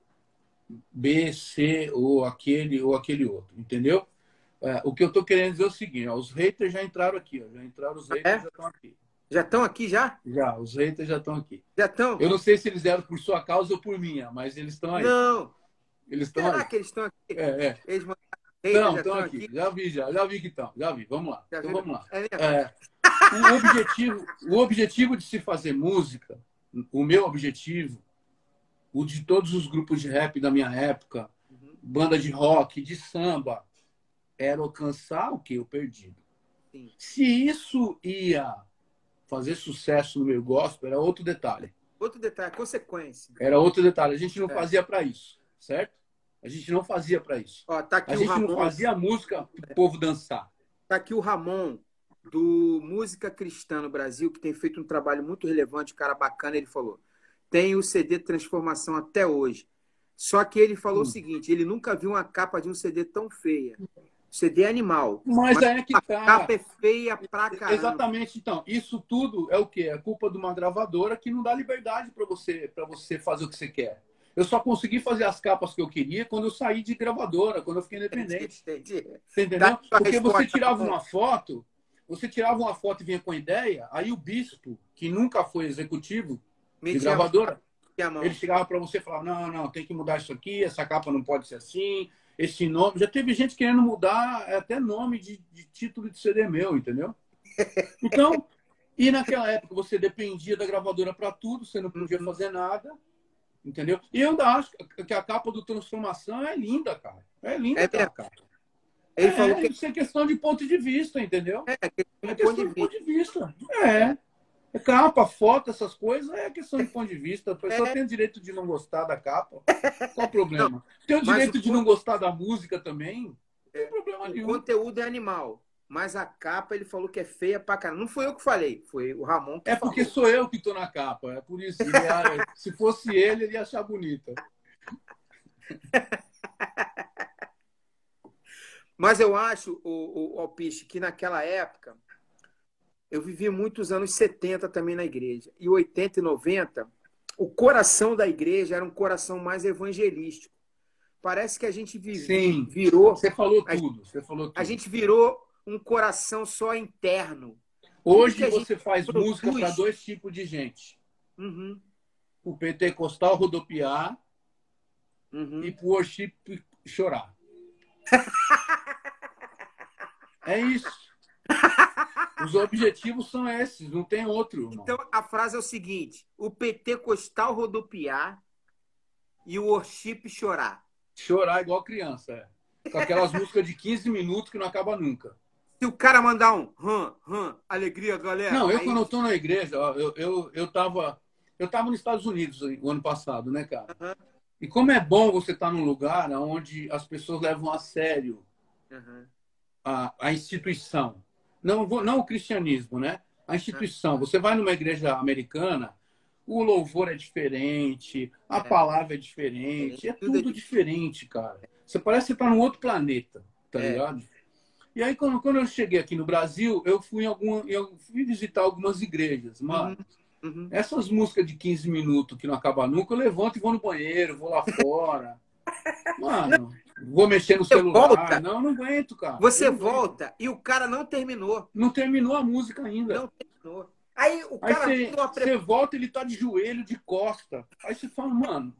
B, C ou aquele ou aquele outro. Entendeu? É, o que eu estou querendo dizer é o seguinte, ó, os haters já entraram aqui, ó, já entraram, os haters é? já estão aqui. Já estão aqui, já? Já, os haters já estão aqui. Já estão? Eu não sei se eles eram por sua causa ou por minha, mas eles estão aí. Não. Eles estão Será aí. que eles estão aqui? É, é. Eles não, estão aqui. aqui. Já vi, já. Já vi que estão. Já vi. Vamos lá. Já então vamos lá. É é, o, objetivo, o objetivo de se fazer música, o meu objetivo, o de todos os grupos de rap da minha época, uhum. banda de rock, de samba, era alcançar o que? O perdido. Sim. Se isso ia fazer sucesso no meu gospel, era outro detalhe. Outro detalhe, consequência. Era outro detalhe. A gente não é. fazia para isso, certo? A gente não fazia para isso. Ó, tá aqui a o gente Ramon. não fazia música para o povo dançar. Tá aqui o Ramon, do Música Cristã no Brasil, que tem feito um trabalho muito relevante, cara bacana. Ele falou, tem o C D Transformação até hoje. Só que ele falou hum. o seguinte, ele nunca viu uma capa de um C D tão feia. O C D é animal. Mas, mas é que a tá. capa é feia pra caramba. Exatamente. Então, isso tudo é o quê? É culpa de uma gravadora que não dá liberdade para você, para você fazer o que você quer. Eu só consegui fazer as capas que eu queria quando eu saí de gravadora, quando eu fiquei independente. Entendi. Você entendeu? Porque você tirava uma foto, você tirava uma foto e vinha com ideia, aí o bispo, que nunca foi executivo de gravadora, ele chegava para você e falava, não, não, tem que mudar isso aqui, essa capa não pode ser assim, esse nome. Já teve gente querendo mudar até nome de, de título de C D meu, entendeu? Então, e naquela época você dependia da gravadora para tudo, você não podia fazer nada, entendeu? E eu ainda acho que a capa do Transformação é linda, cara. É linda é aquela capa. Ele é, falou que... Isso é questão de ponto de vista, entendeu? É, é questão, é questão de ponto de vista. É. É capa, foto, essas coisas, é questão de ponto de vista. A pessoa é. tem o direito de não gostar da capa. Qual o problema? Não, tem o direito o... de não gostar da música também. Não tem é. problema nenhum. O conteúdo é animal. Mas a capa, ele falou que é feia pra caramba. Não foi eu que falei, foi o Ramon que É falou. porque sou eu que tô na capa. É por isso. Ele ia... Se fosse ele, ele ia achar bonita. Mas eu acho, o, o, o Alpiste, que naquela época... Eu vivi muitos anos setenta também na igreja. E oitenta e noventa, o coração da igreja era um coração mais evangelístico. Parece que a gente vive, Sim, virou... Você falou a, tudo. Você falou tudo. A gente virou um coração só interno. Hoje você faz produz... música para dois tipos de gente. Uhum. O pentecostal rodopiar uhum. e pro worship chorar. É isso. Os objetivos são esses, não tem outro. Irmão. Então, a frase é o seguinte: o pentecostal rodopiar e o worship chorar. Chorar igual criança, é. Com aquelas músicas de quinze minutos que não acaba nunca. Se o cara mandar um hum, hum, alegria, galera. Não, eu aí... quando eu tô na igreja, eu, eu, eu, tava, eu tava nos Estados Unidos o ano passado, né, cara? Uhum. E como é bom você estar num lugar onde as pessoas levam a sério uhum. a, a instituição. Não, não o cristianismo, né? A instituição. Você vai numa igreja americana, o louvor é diferente, a é. palavra é diferente, é tudo diferente, cara. Você parece que você tá num outro planeta, tá é. ligado? E aí, quando, quando eu cheguei aqui no Brasil, eu fui, em alguma, eu fui visitar algumas igrejas. Mano, uhum. Uhum. essas músicas de quinze minutos que não acabam nunca, eu levanto e vou no banheiro, vou lá fora. Mano, vou mexer no Você celular. Volta. Não, não aguento, cara. Você volta aguento. E o cara não terminou. Não terminou a música ainda. Não terminou. Aí o aí cara... Você pre... volta, ele tá de joelho, de costa. Aí você fala, mano...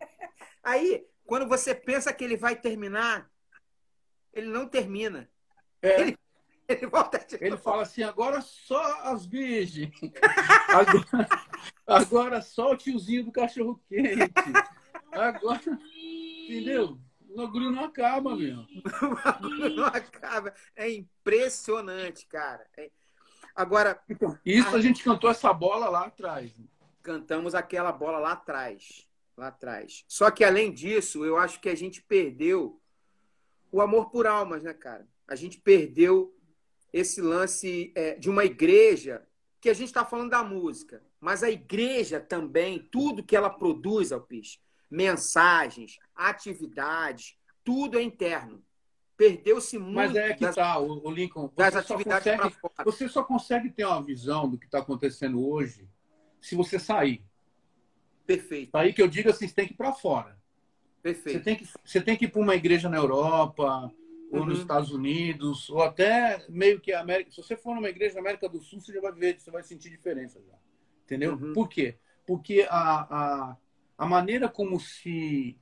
Aí, quando você pensa que ele vai terminar, ele não termina. É. Ele, ele, volta de ele fala assim, agora só as virgens. Agora, agora só o tiozinho do cachorro quente. Agora, entendeu? O bagulho não acaba, meu. O bagulho não acaba. É impressionante, cara. É... Agora... Então, isso a... a gente cantou essa bola lá atrás. Cantamos aquela bola lá atrás. Lá atrás. Só que, além disso, eu acho que a gente perdeu o amor por almas, né, cara? A gente perdeu esse lance é, de uma igreja, que a gente está falando da música, mas a igreja também, tudo que ela produz, Alpiste, mensagens, atividades, tudo é interno. Perdeu-se muito. Mas é que das, tá, o, o Lincoln. Você das só atividades consegue, fora. Você só consegue ter uma visão do que está acontecendo hoje se você sair. Perfeito. Aí que eu digo assim, você tem que ir para fora. Perfeito. Você tem que, você tem que ir para uma igreja na Europa, ou uhum. nos Estados Unidos, ou até meio que a América. Se você for numa igreja na América do Sul, você já vai ver, você vai sentir diferença já. Entendeu? Uhum. Por quê? Porque a, a, a maneira como se,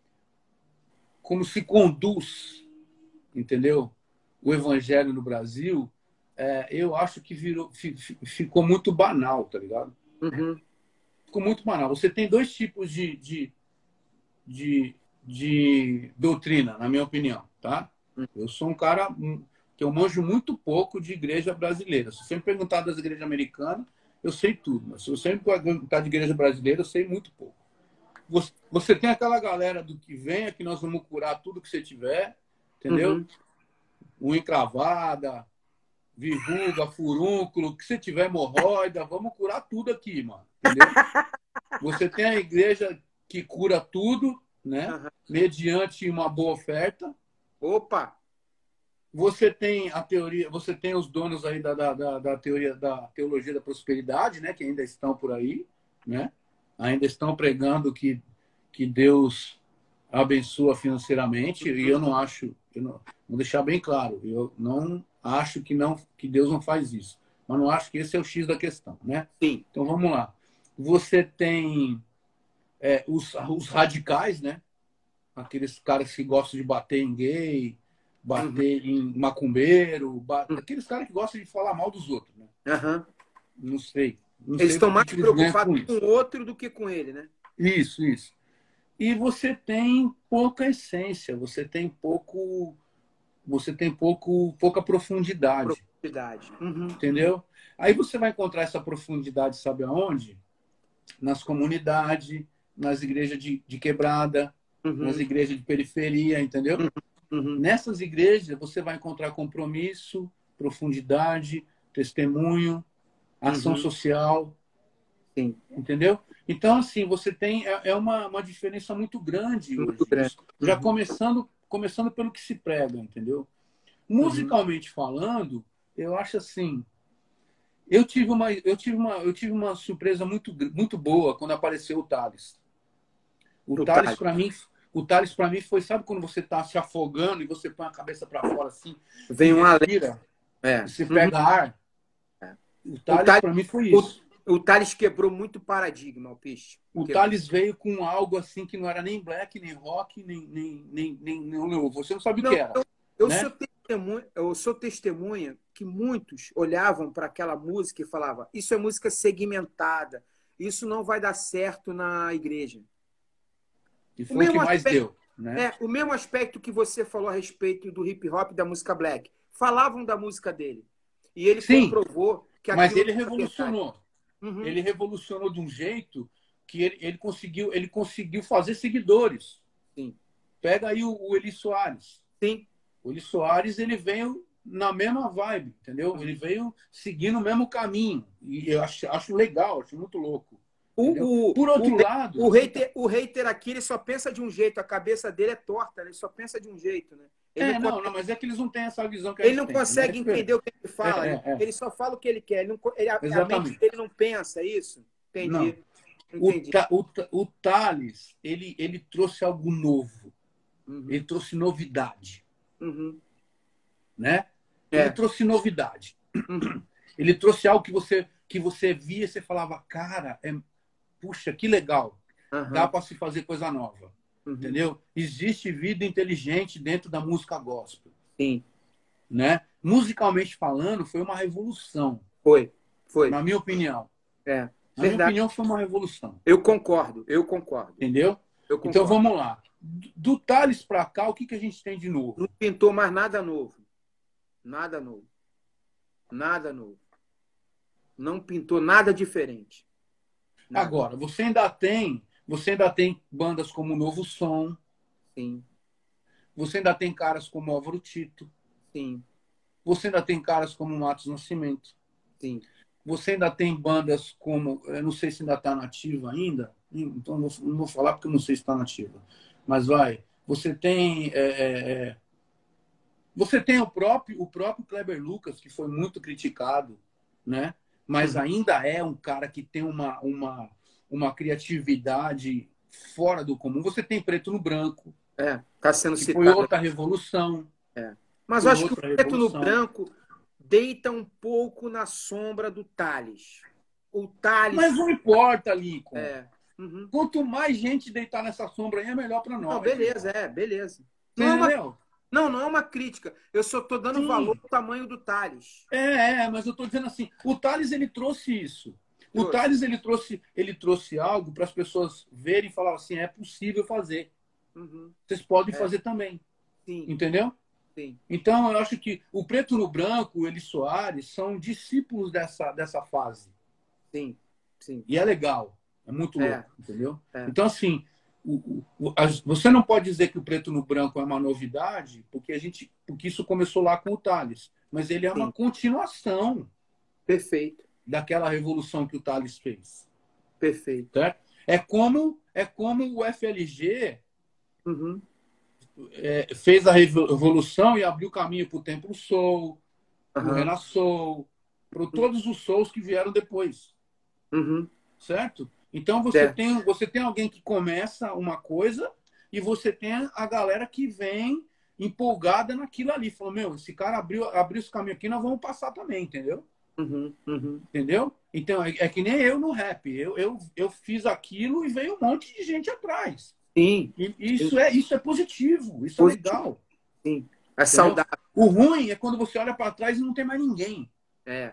como se conduz, entendeu? O evangelho no Brasil, é, eu acho que virou, ficou muito banal, tá ligado? Uhum. Ficou muito banal. Você tem dois tipos de, de, de, de doutrina, na minha opinião, tá? Eu sou um cara que eu manjo muito pouco de igreja brasileira. Se você me perguntar das igrejas americanas, eu sei tudo. Mas se você me perguntar de igreja brasileira, eu sei muito pouco. Você, você tem aquela galera do que venha, que nós vamos curar tudo que você tiver, entendeu? Uhum. Unha encravada, verruga, furúnculo, que você tiver hemorroida, vamos curar tudo aqui, mano. Entendeu? Você tem a igreja que cura tudo, né? Uhum. Mediante uma boa oferta. Opa! Você tem a teoria, você tem os donos aí da, da, da teoria da teologia da prosperidade, né? Que ainda estão por aí, né? Ainda estão pregando que, que Deus abençoa financeiramente. Uhum. E eu não acho, eu não, vou deixar bem claro, eu não acho que não que Deus não faz isso, mas não acho que esse é o X da questão, né? Sim. Então vamos lá. Você tem é, os, os radicais, né? Aqueles caras que gostam de bater em gay, bater uhum. em macumbeiro, bater... uhum. aqueles caras que gostam de falar mal dos outros, né? Uhum. Não sei. Não eles sei estão mais preocupados com, com o outro do que com ele, né? Isso, isso. E você tem pouca essência, você tem pouco, você tem pouco, pouca profundidade. Profundidade. Uhum. Entendeu? Aí você vai encontrar essa profundidade, sabe aonde? Nas comunidades, nas igrejas de, de quebrada, uhum. nas igrejas de periferia, entendeu? Uhum. Nessas igrejas você vai encontrar compromisso, profundidade, testemunho, ação uhum. social. Sim. Entendeu? Então, assim, você tem... É, é uma, uma diferença muito grande muito hoje. Grande. Já uhum. começando, começando pelo que se prega, entendeu? Musicalmente uhum. falando, eu acho assim... Eu tive uma, eu tive uma, eu tive uma surpresa muito, muito boa quando apareceu o Thales. O, o Thales, para mim... O Thales, para mim, foi... Sabe quando você está se afogando e você põe a cabeça para fora, assim? Vem uma respira, é. Você pega uhum. ar. É. O Thales, Thales para mim, foi isso. O Thales quebrou muito paradigma, Alpiste. O Quebrou. Thales veio com algo assim que não era nem black, nem rock, nem... nem, nem, nem, nem, nem você não sabe não, o que era. Eu, eu, né? sou testemunha, eu sou testemunha que muitos olhavam para aquela música e falavam, isso é música segmentada, isso não vai dar certo na igreja. E foi o, o que mais aspecto, deu. Né? É, o mesmo aspecto que você falou a respeito do hip hop da música black. Falavam da música dele. E ele Sim, comprovou que mas ele revolucionou. Uhum. Ele revolucionou de um jeito que ele, ele, conseguiu, ele conseguiu fazer seguidores. Sim. Pega aí o, o Eli Soares. Sim. O Eli Soares, ele veio na mesma vibe, entendeu? Uhum. Ele veio seguindo o mesmo caminho. E eu acho, acho legal, acho muito louco. O, o, Por outro o, lado... O hater, o hater aqui, ele só pensa de um jeito. A cabeça dele é torta, ele só pensa de um jeito, né? Ele é, não, não, consegue... não, mas é que eles não têm essa visão que Ele eles não têm, consegue né? entender o que ele fala. É, é, é. Ele só fala o que ele quer. Ele não, ele, a, a mente dele não pensa, é isso? Entendi. Não. Entendi. O, o, o Thales, ele, ele trouxe algo novo. Uhum. Ele trouxe novidade. Uhum. Né? É. Ele trouxe novidade. Uhum. Ele trouxe algo que você, que você via e você falava, cara, é, puxa, que legal. Uhum. Dá para se fazer coisa nova. Uhum. Entendeu? Existe vida inteligente dentro da música gospel. Sim. Né? Musicalmente falando, foi uma revolução. Foi. Foi. Na minha opinião. É. Na Verdade. minha opinião, foi uma revolução. Eu concordo, eu concordo. Entendeu? Eu concordo. Então, vamos lá. Do Thales para cá, o que, que a gente tem de novo? Não pintou mais nada novo. Nada novo. Nada novo. Não pintou nada diferente. Nada. Agora, você ainda tem, você ainda tem bandas como Novo Som. Sim. Você ainda tem caras como Álvaro Tito. Sim. Você ainda tem caras como Matos Nascimento. Sim. Você ainda tem bandas como, eu não sei se ainda está nativa ainda, então não vou falar porque eu não sei se está nativa. Mas vai, você tem é, é, você tem o próprio o próprio Kleber Lucas, que foi muito criticado, né? Mas uhum. ainda é um cara que tem uma, uma, uma criatividade fora do comum. Você tem Preto no Branco. É, está sendo que citado. Foi outra revolução. É. Mas eu acho que o Preto revolução. no Branco deita um pouco na sombra do Thales. O Thales... Mas não importa, Lincoln. É. Uhum. Quanto mais gente deitar nessa sombra aí, é melhor para nós. Não, beleza, irmão. é, beleza. Não não, é uma, não, não é uma crítica. Eu só estou dando Sim. valor ao tamanho do Thales. É, é, mas eu estou dizendo assim, o Thales, ele trouxe isso. O trouxe. Thales, ele trouxe, ele trouxe algo para as pessoas verem e falar assim, é possível fazer. Uhum. Vocês podem é. fazer também. Sim. Entendeu? Sim. Então, eu acho que o Preto no Branco, o Eli Soares, são discípulos dessa, dessa fase. Sim, sim. E é legal. É muito louco, é. entendeu? É. Então, assim, o, o, as, você não pode dizer que o Preto no Branco é uma novidade, porque, a gente, porque isso começou lá com o Thales. Mas ele é sim. uma continuação. Perfeito. Daquela revolução que o Thales fez. Perfeito. Certo? É como, é como o F L G... Uhum. É, fez a revolução e abriu caminho para o Templo Soul, para o uhum. Rena Soul, para todos os Souls que vieram depois. Uhum. Certo? Então você tem, você tem alguém que começa uma coisa e você tem a galera que vem empolgada naquilo ali. Falou, meu, esse cara abriu, abriu esse caminho aqui, nós vamos passar também, entendeu? Uhum. Uhum. Entendeu? Então, é, é que nem eu no rap. Eu, eu, eu fiz aquilo e veio um monte de gente atrás. Sim. E isso, é, isso é positivo, isso positivo. é legal. Sim. É saudável. O ruim é quando você olha para trás e não tem mais ninguém. É.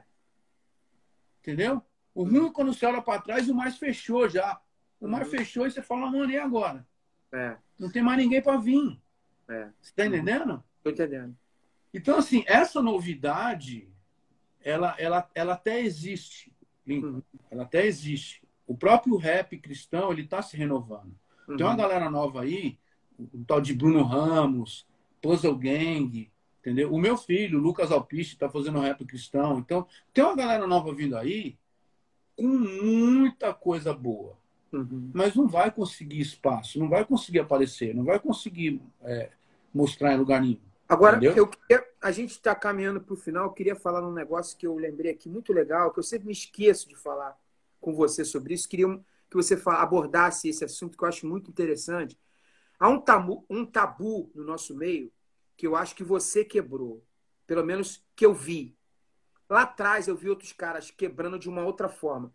Entendeu? O ruim é quando você olha para trás e o mais fechou já. O mar uhum. fechou e você fala, mano, e agora? É. Não tem mais ninguém para vir. É. Você está entendendo? Estou entendendo. Então, assim, essa novidade, ela, ela, ela até existe. Uhum. Ela até existe. O próprio rap cristão, ele está se renovando. Uhum. Tem uma galera nova aí, o tal de Bruno Ramos, Puzzle Gang, entendeu? O meu filho, Lucas Alpiste, está fazendo rap cristão. Então, tem uma galera nova vindo aí com muita coisa boa. Uhum. Mas não vai conseguir espaço, não vai conseguir aparecer, não vai conseguir é, mostrar em lugar nenhum. Agora, entendeu? eu queria, a gente está caminhando para o final, eu queria falar num negócio que eu lembrei aqui muito legal, que eu sempre me esqueço de falar com você sobre isso. Queria que você abordasse esse assunto, que eu acho muito interessante. Há um tabu, um tabu no nosso meio que eu acho que você quebrou, pelo menos que eu vi. Lá atrás eu vi outros caras quebrando de uma outra forma.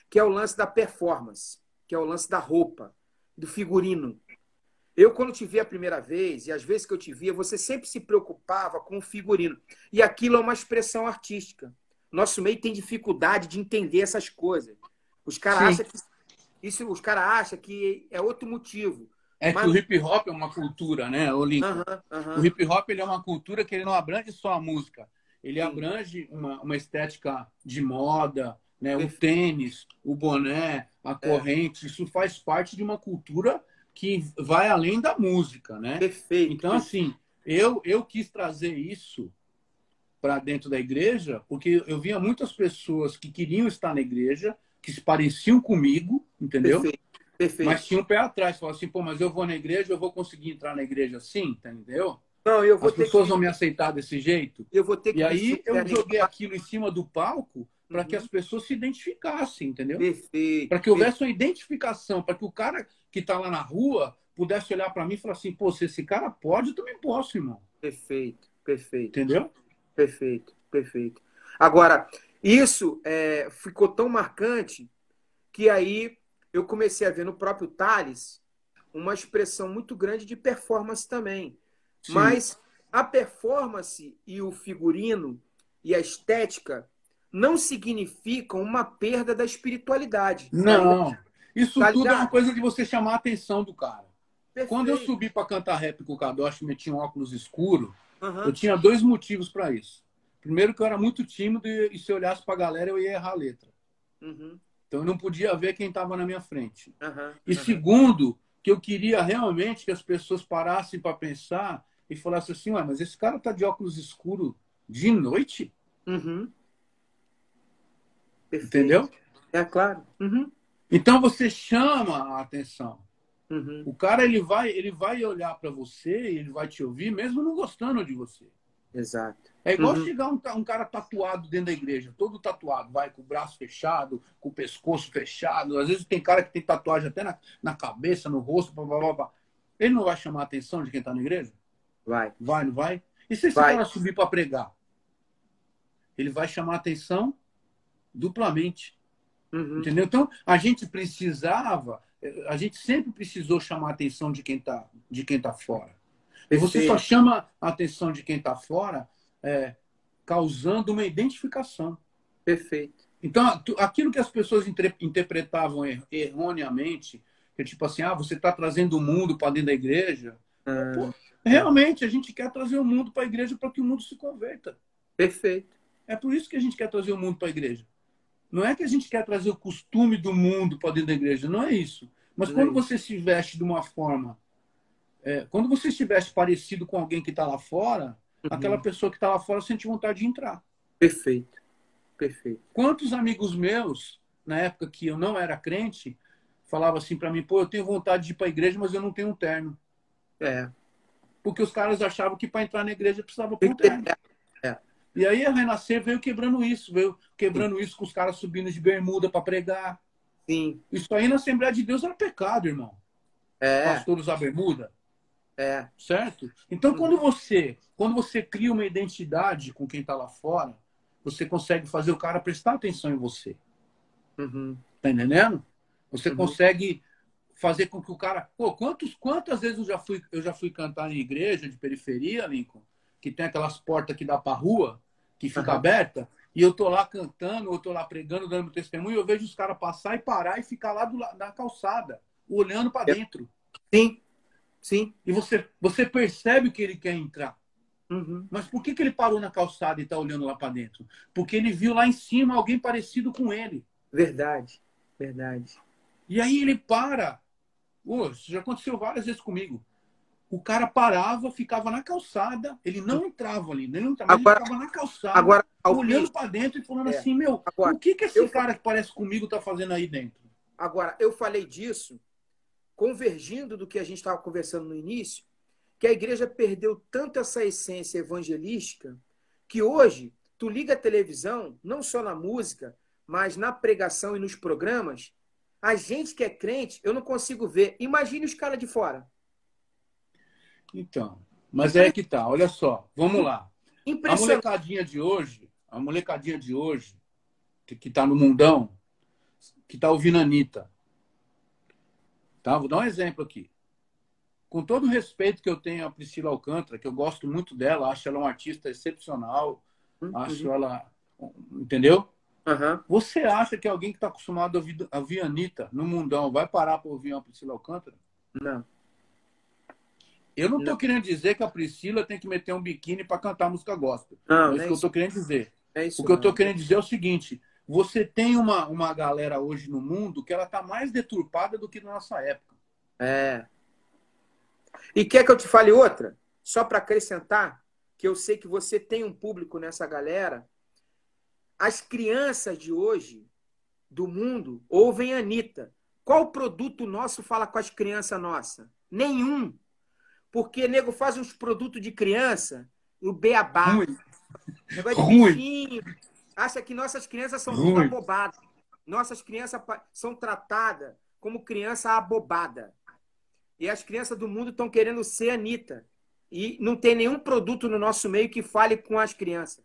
que é o lance da performance, que é o lance da roupa, do figurino. Eu, quando te vi a primeira vez, e às vezes que eu te via, você sempre se preocupava com o figurino. E aquilo é uma expressão artística. Nosso meio tem dificuldade de entender essas coisas. Os caras acham que isso, os caras acham que é outro motivo. É Mas... que o hip hop é uma cultura, né, o Lincoln? Uhum, uhum. O hip hop ele é uma cultura que ele não abrange só a música. Ele Sim. abrange uma, uma estética de moda, né? O tênis, o boné, a corrente. É. Isso faz parte de uma cultura que vai além da música, né? Perfeito. Então, assim, eu, eu quis trazer isso para dentro da igreja, porque eu via muitas pessoas que queriam estar na igreja, que se pareciam comigo, entendeu? Perfeito. Perfeito. Mas tinham um pé atrás. Falavam assim, pô, mas eu vou na igreja, eu vou conseguir entrar na igreja assim, entendeu? Não, eu vou As ter pessoas que... vão me aceitar desse jeito. Eu vou ter que... E aí eu joguei aquilo em cima do palco para uhum. que as pessoas se identificassem, entendeu? Perfeito. Para que houvesse perfeito. uma identificação, para que o cara que está lá na rua pudesse olhar para mim e falar assim, pô, se esse cara pode, eu também posso, irmão. Perfeito, perfeito. Entendeu? Perfeito, perfeito. Agora, isso é, ficou tão marcante que aí eu comecei a ver no próprio Thales uma expressão muito grande de performance também. Sim. Mas a performance e o figurino e a estética não significam uma perda da espiritualidade. Não. Tá Isso tá tudo é uma coisa de você chamar a atenção do cara. Perfeito. Quando eu subi para cantar rap com o Kadosh, metia um óculos escuro, uhum. eu tinha dois motivos para isso. Primeiro, que eu era muito tímido e, e se eu olhasse para a galera, eu ia errar a letra. Uhum. Então, eu não podia ver quem estava na minha frente. Uhum. E uhum. segundo, que eu queria realmente que as pessoas parassem para pensar e falassem assim, ué, mas esse cara tá de óculos escuro de noite? Uhum. Entendeu? É claro. Uhum. Então, você chama a atenção. Uhum. O cara ele vai, ele vai olhar para você e ele vai te ouvir, mesmo não gostando de você. Exato. É igual uhum. chegar um, um cara tatuado dentro da igreja, todo tatuado, vai com o braço fechado, com o pescoço fechado. Às vezes tem cara que tem tatuagem até na, na cabeça, no rosto, blá, blá, blá, blá. Ele não vai chamar a atenção de quem está na igreja? Vai. Vai, não vai? E se esse vai. cara subir para pregar? Ele vai chamar a atenção duplamente. Uhum. Entendeu? Então, a gente precisava, a gente sempre precisou chamar a atenção de quem está de quem tá fora. E você só chama a atenção de quem está fora é, causando uma identificação. Perfeito. Então, aquilo que as pessoas interpretavam erroneamente, que é tipo assim, ah, você está trazendo o mundo para dentro da igreja. Ah. Pô, realmente, a gente quer trazer o mundo para a igreja para que o mundo se converta. Perfeito. É por isso que a gente quer trazer o mundo para a igreja. Não é que a gente quer trazer o costume do mundo para dentro da igreja, não é isso. Mas não quando é você se veste de uma forma... É, quando você estivesse parecido com alguém que está lá fora, uhum. aquela pessoa que está lá fora sente vontade de entrar. Perfeito. Perfeito. Quantos amigos meus, na época que eu não era crente, falavam assim para mim, pô, eu tenho vontade de ir para a igreja, mas eu não tenho um terno. É. Porque os caras achavam que para entrar na igreja precisava pôr um terno. É. E aí a Renascer veio quebrando isso, veio quebrando Sim. isso com os caras subindo de bermuda para pregar. Sim. Isso aí na Assembleia de Deus era pecado, irmão. É. Pastor usar bermuda. É. Certo? Então, uhum. quando você, quando você cria uma identidade com quem está lá fora, você consegue fazer o cara prestar atenção em você. Uhum. Tá entendendo? Você uhum. consegue fazer com que o cara... Pô, quantos, quantas vezes eu já, fui, eu já fui cantar em igreja de periferia, Lincoln, que tem aquelas portas que dá para rua, que fica uhum. aberta, e eu tô lá cantando, eu tô lá pregando, dando meu testemunho, e eu vejo os caras passar e parar e ficar lá do, na calçada, olhando para dentro. Sim. Sim. E você, você percebe que ele quer entrar. Uhum. Mas por que, que ele parou na calçada e está olhando lá para dentro? Porque ele viu lá em cima alguém parecido com ele. Verdade. Verdade. E aí ele para. Pô, isso já aconteceu várias vezes comigo. O cara parava, ficava na calçada, ele não entrava ali, ele não entrava, agora, ele ficava na calçada, agora, olhando para dentro e falando é. assim, meu, agora, o que, que esse eu... cara que parece comigo está fazendo aí dentro? Agora, eu falei disso convergindo do que a gente estava conversando no início, que a igreja perdeu tanto essa essência evangelística que hoje tu liga a televisão, não só na música, mas na pregação e nos programas, a gente que é crente, eu não consigo ver. Imagine os caras de fora. Então, mas é que tá, olha só, vamos lá. A molecadinha de hoje, a molecadinha de hoje, que, que tá no mundão, que está ouvindo a Anitta. Tá? Vou dar um exemplo aqui. Com todo o respeito que eu tenho à Priscila Alcântara, que eu gosto muito dela, acho ela uma artista excepcional, uhum. acho ela... Entendeu? Uhum. Você acha que alguém que está acostumado a ouvir, a ouvir a Anitta no mundão vai parar para ouvir uma Priscila Alcântara? Não. Eu não estou querendo dizer que a Priscila tem que meter um biquíni para cantar música gospel. Não, não é isso é que eu estou querendo dizer. É isso o que eu estou não. querendo dizer é o seguinte: você tem uma, uma galera hoje no mundo que ela está mais deturpada do que na nossa época. É. E quer que eu te fale outra? Só para acrescentar, que eu sei que você tem um público nessa galera. As crianças de hoje, do mundo, ouvem a Anitta. Qual produto nosso fala com as crianças nossas? Nenhum. Porque nego faz uns produtos de criança, o beabá. Ruim. Negócio de bichinho. Acha que nossas crianças são Ruim. tudo abobadas. Nossas crianças são tratadas como criança abobada. E as crianças do mundo estão querendo ser Anitta. E não tem nenhum produto no nosso meio que fale com as crianças.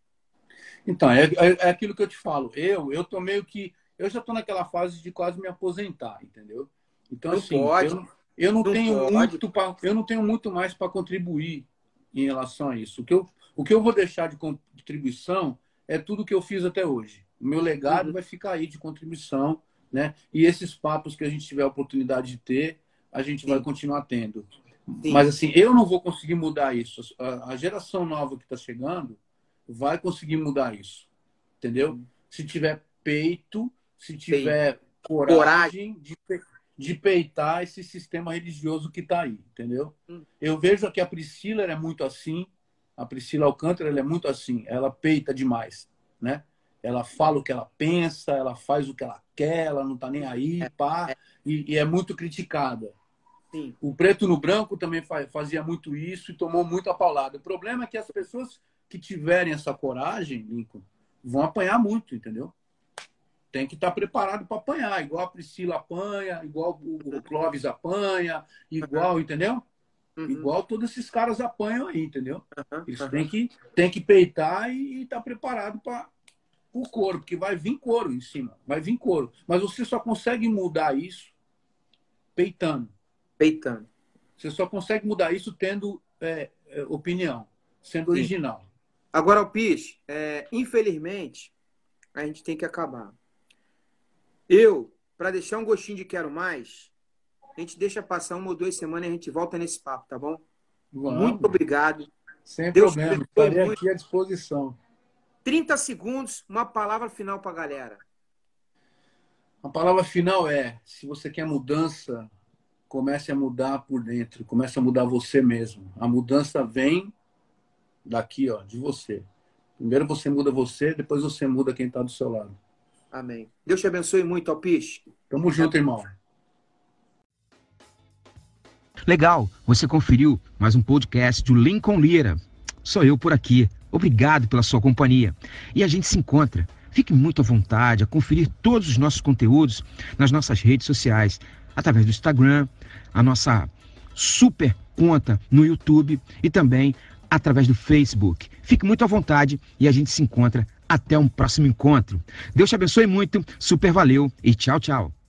Então, é, é, é aquilo que eu te falo. Eu, eu tô meio que... Eu já estou naquela fase de quase me aposentar, entendeu? Então, não assim, pode. eu, eu, não não tenho pode. muito pra, eu não tenho muito mais para contribuir em relação a isso. O que, eu, o que eu vou deixar de contribuição é tudo que eu fiz até hoje. O meu legado uhum. vai ficar aí de contribuição, né? E esses papos que a gente tiver a oportunidade de ter, a gente Sim. vai continuar tendo. Sim. Mas, assim, eu não vou conseguir mudar isso. A, a geração nova que está chegando vai conseguir mudar isso, entendeu? Uhum. Se tiver peito, se tiver Sim. coragem, coragem. De, de peitar esse sistema religioso que está aí, entendeu? Uhum. Eu vejo que a Priscila é muito assim, a Priscila Alcântara ela é muito assim, ela peita demais, né? Ela fala o que ela pensa, ela faz o que ela quer, ela não está nem aí, pá, e, e é muito criticada. Sim. O Preto no Branco também fazia muito isso e tomou muita paulada. O problema é que as pessoas que tiverem essa coragem, Lincoln, vão apanhar muito, entendeu? Tem que estar preparado para apanhar, igual a Priscila apanha, igual o Clóvis apanha, igual, entendeu? Uhum. Igual todos esses caras apanham aí, entendeu? Uhum. Eles têm que, têm que peitar e estar preparado para o couro, porque vai vir couro em cima, vai vir couro. Mas você só consegue mudar isso peitando. Peitando. Você só consegue mudar isso tendo é, é, opinião, sendo Sim. original. Agora, Alpiste, é, infelizmente, a gente tem que acabar. Eu, para deixar um gostinho de quero mais, a gente deixa passar uma ou duas semanas e a gente volta nesse papo, tá bom? Vamos. Muito obrigado. Sem Deus problema, estarei aqui à disposição. trinta segundos, uma palavra final para a galera. A palavra final é, se você quer mudança, comece a mudar por dentro, comece a mudar você mesmo. A mudança vem daqui, ó, de você. Primeiro você muda você, depois você muda quem está do seu lado. Amém. Deus te abençoe muito, Alpiste. Tamo junto, irmão. Legal, você conferiu mais um podcast do Lincoln Lira. Sou eu por aqui. Obrigado pela sua companhia. E a gente se encontra. Fique muito à vontade a conferir todos os nossos conteúdos nas nossas redes sociais, através do Instagram, a nossa super conta no YouTube e também através do Facebook. Fique muito à vontade e a gente se encontra até um próximo encontro. Deus te abençoe muito, super valeu e tchau, tchau.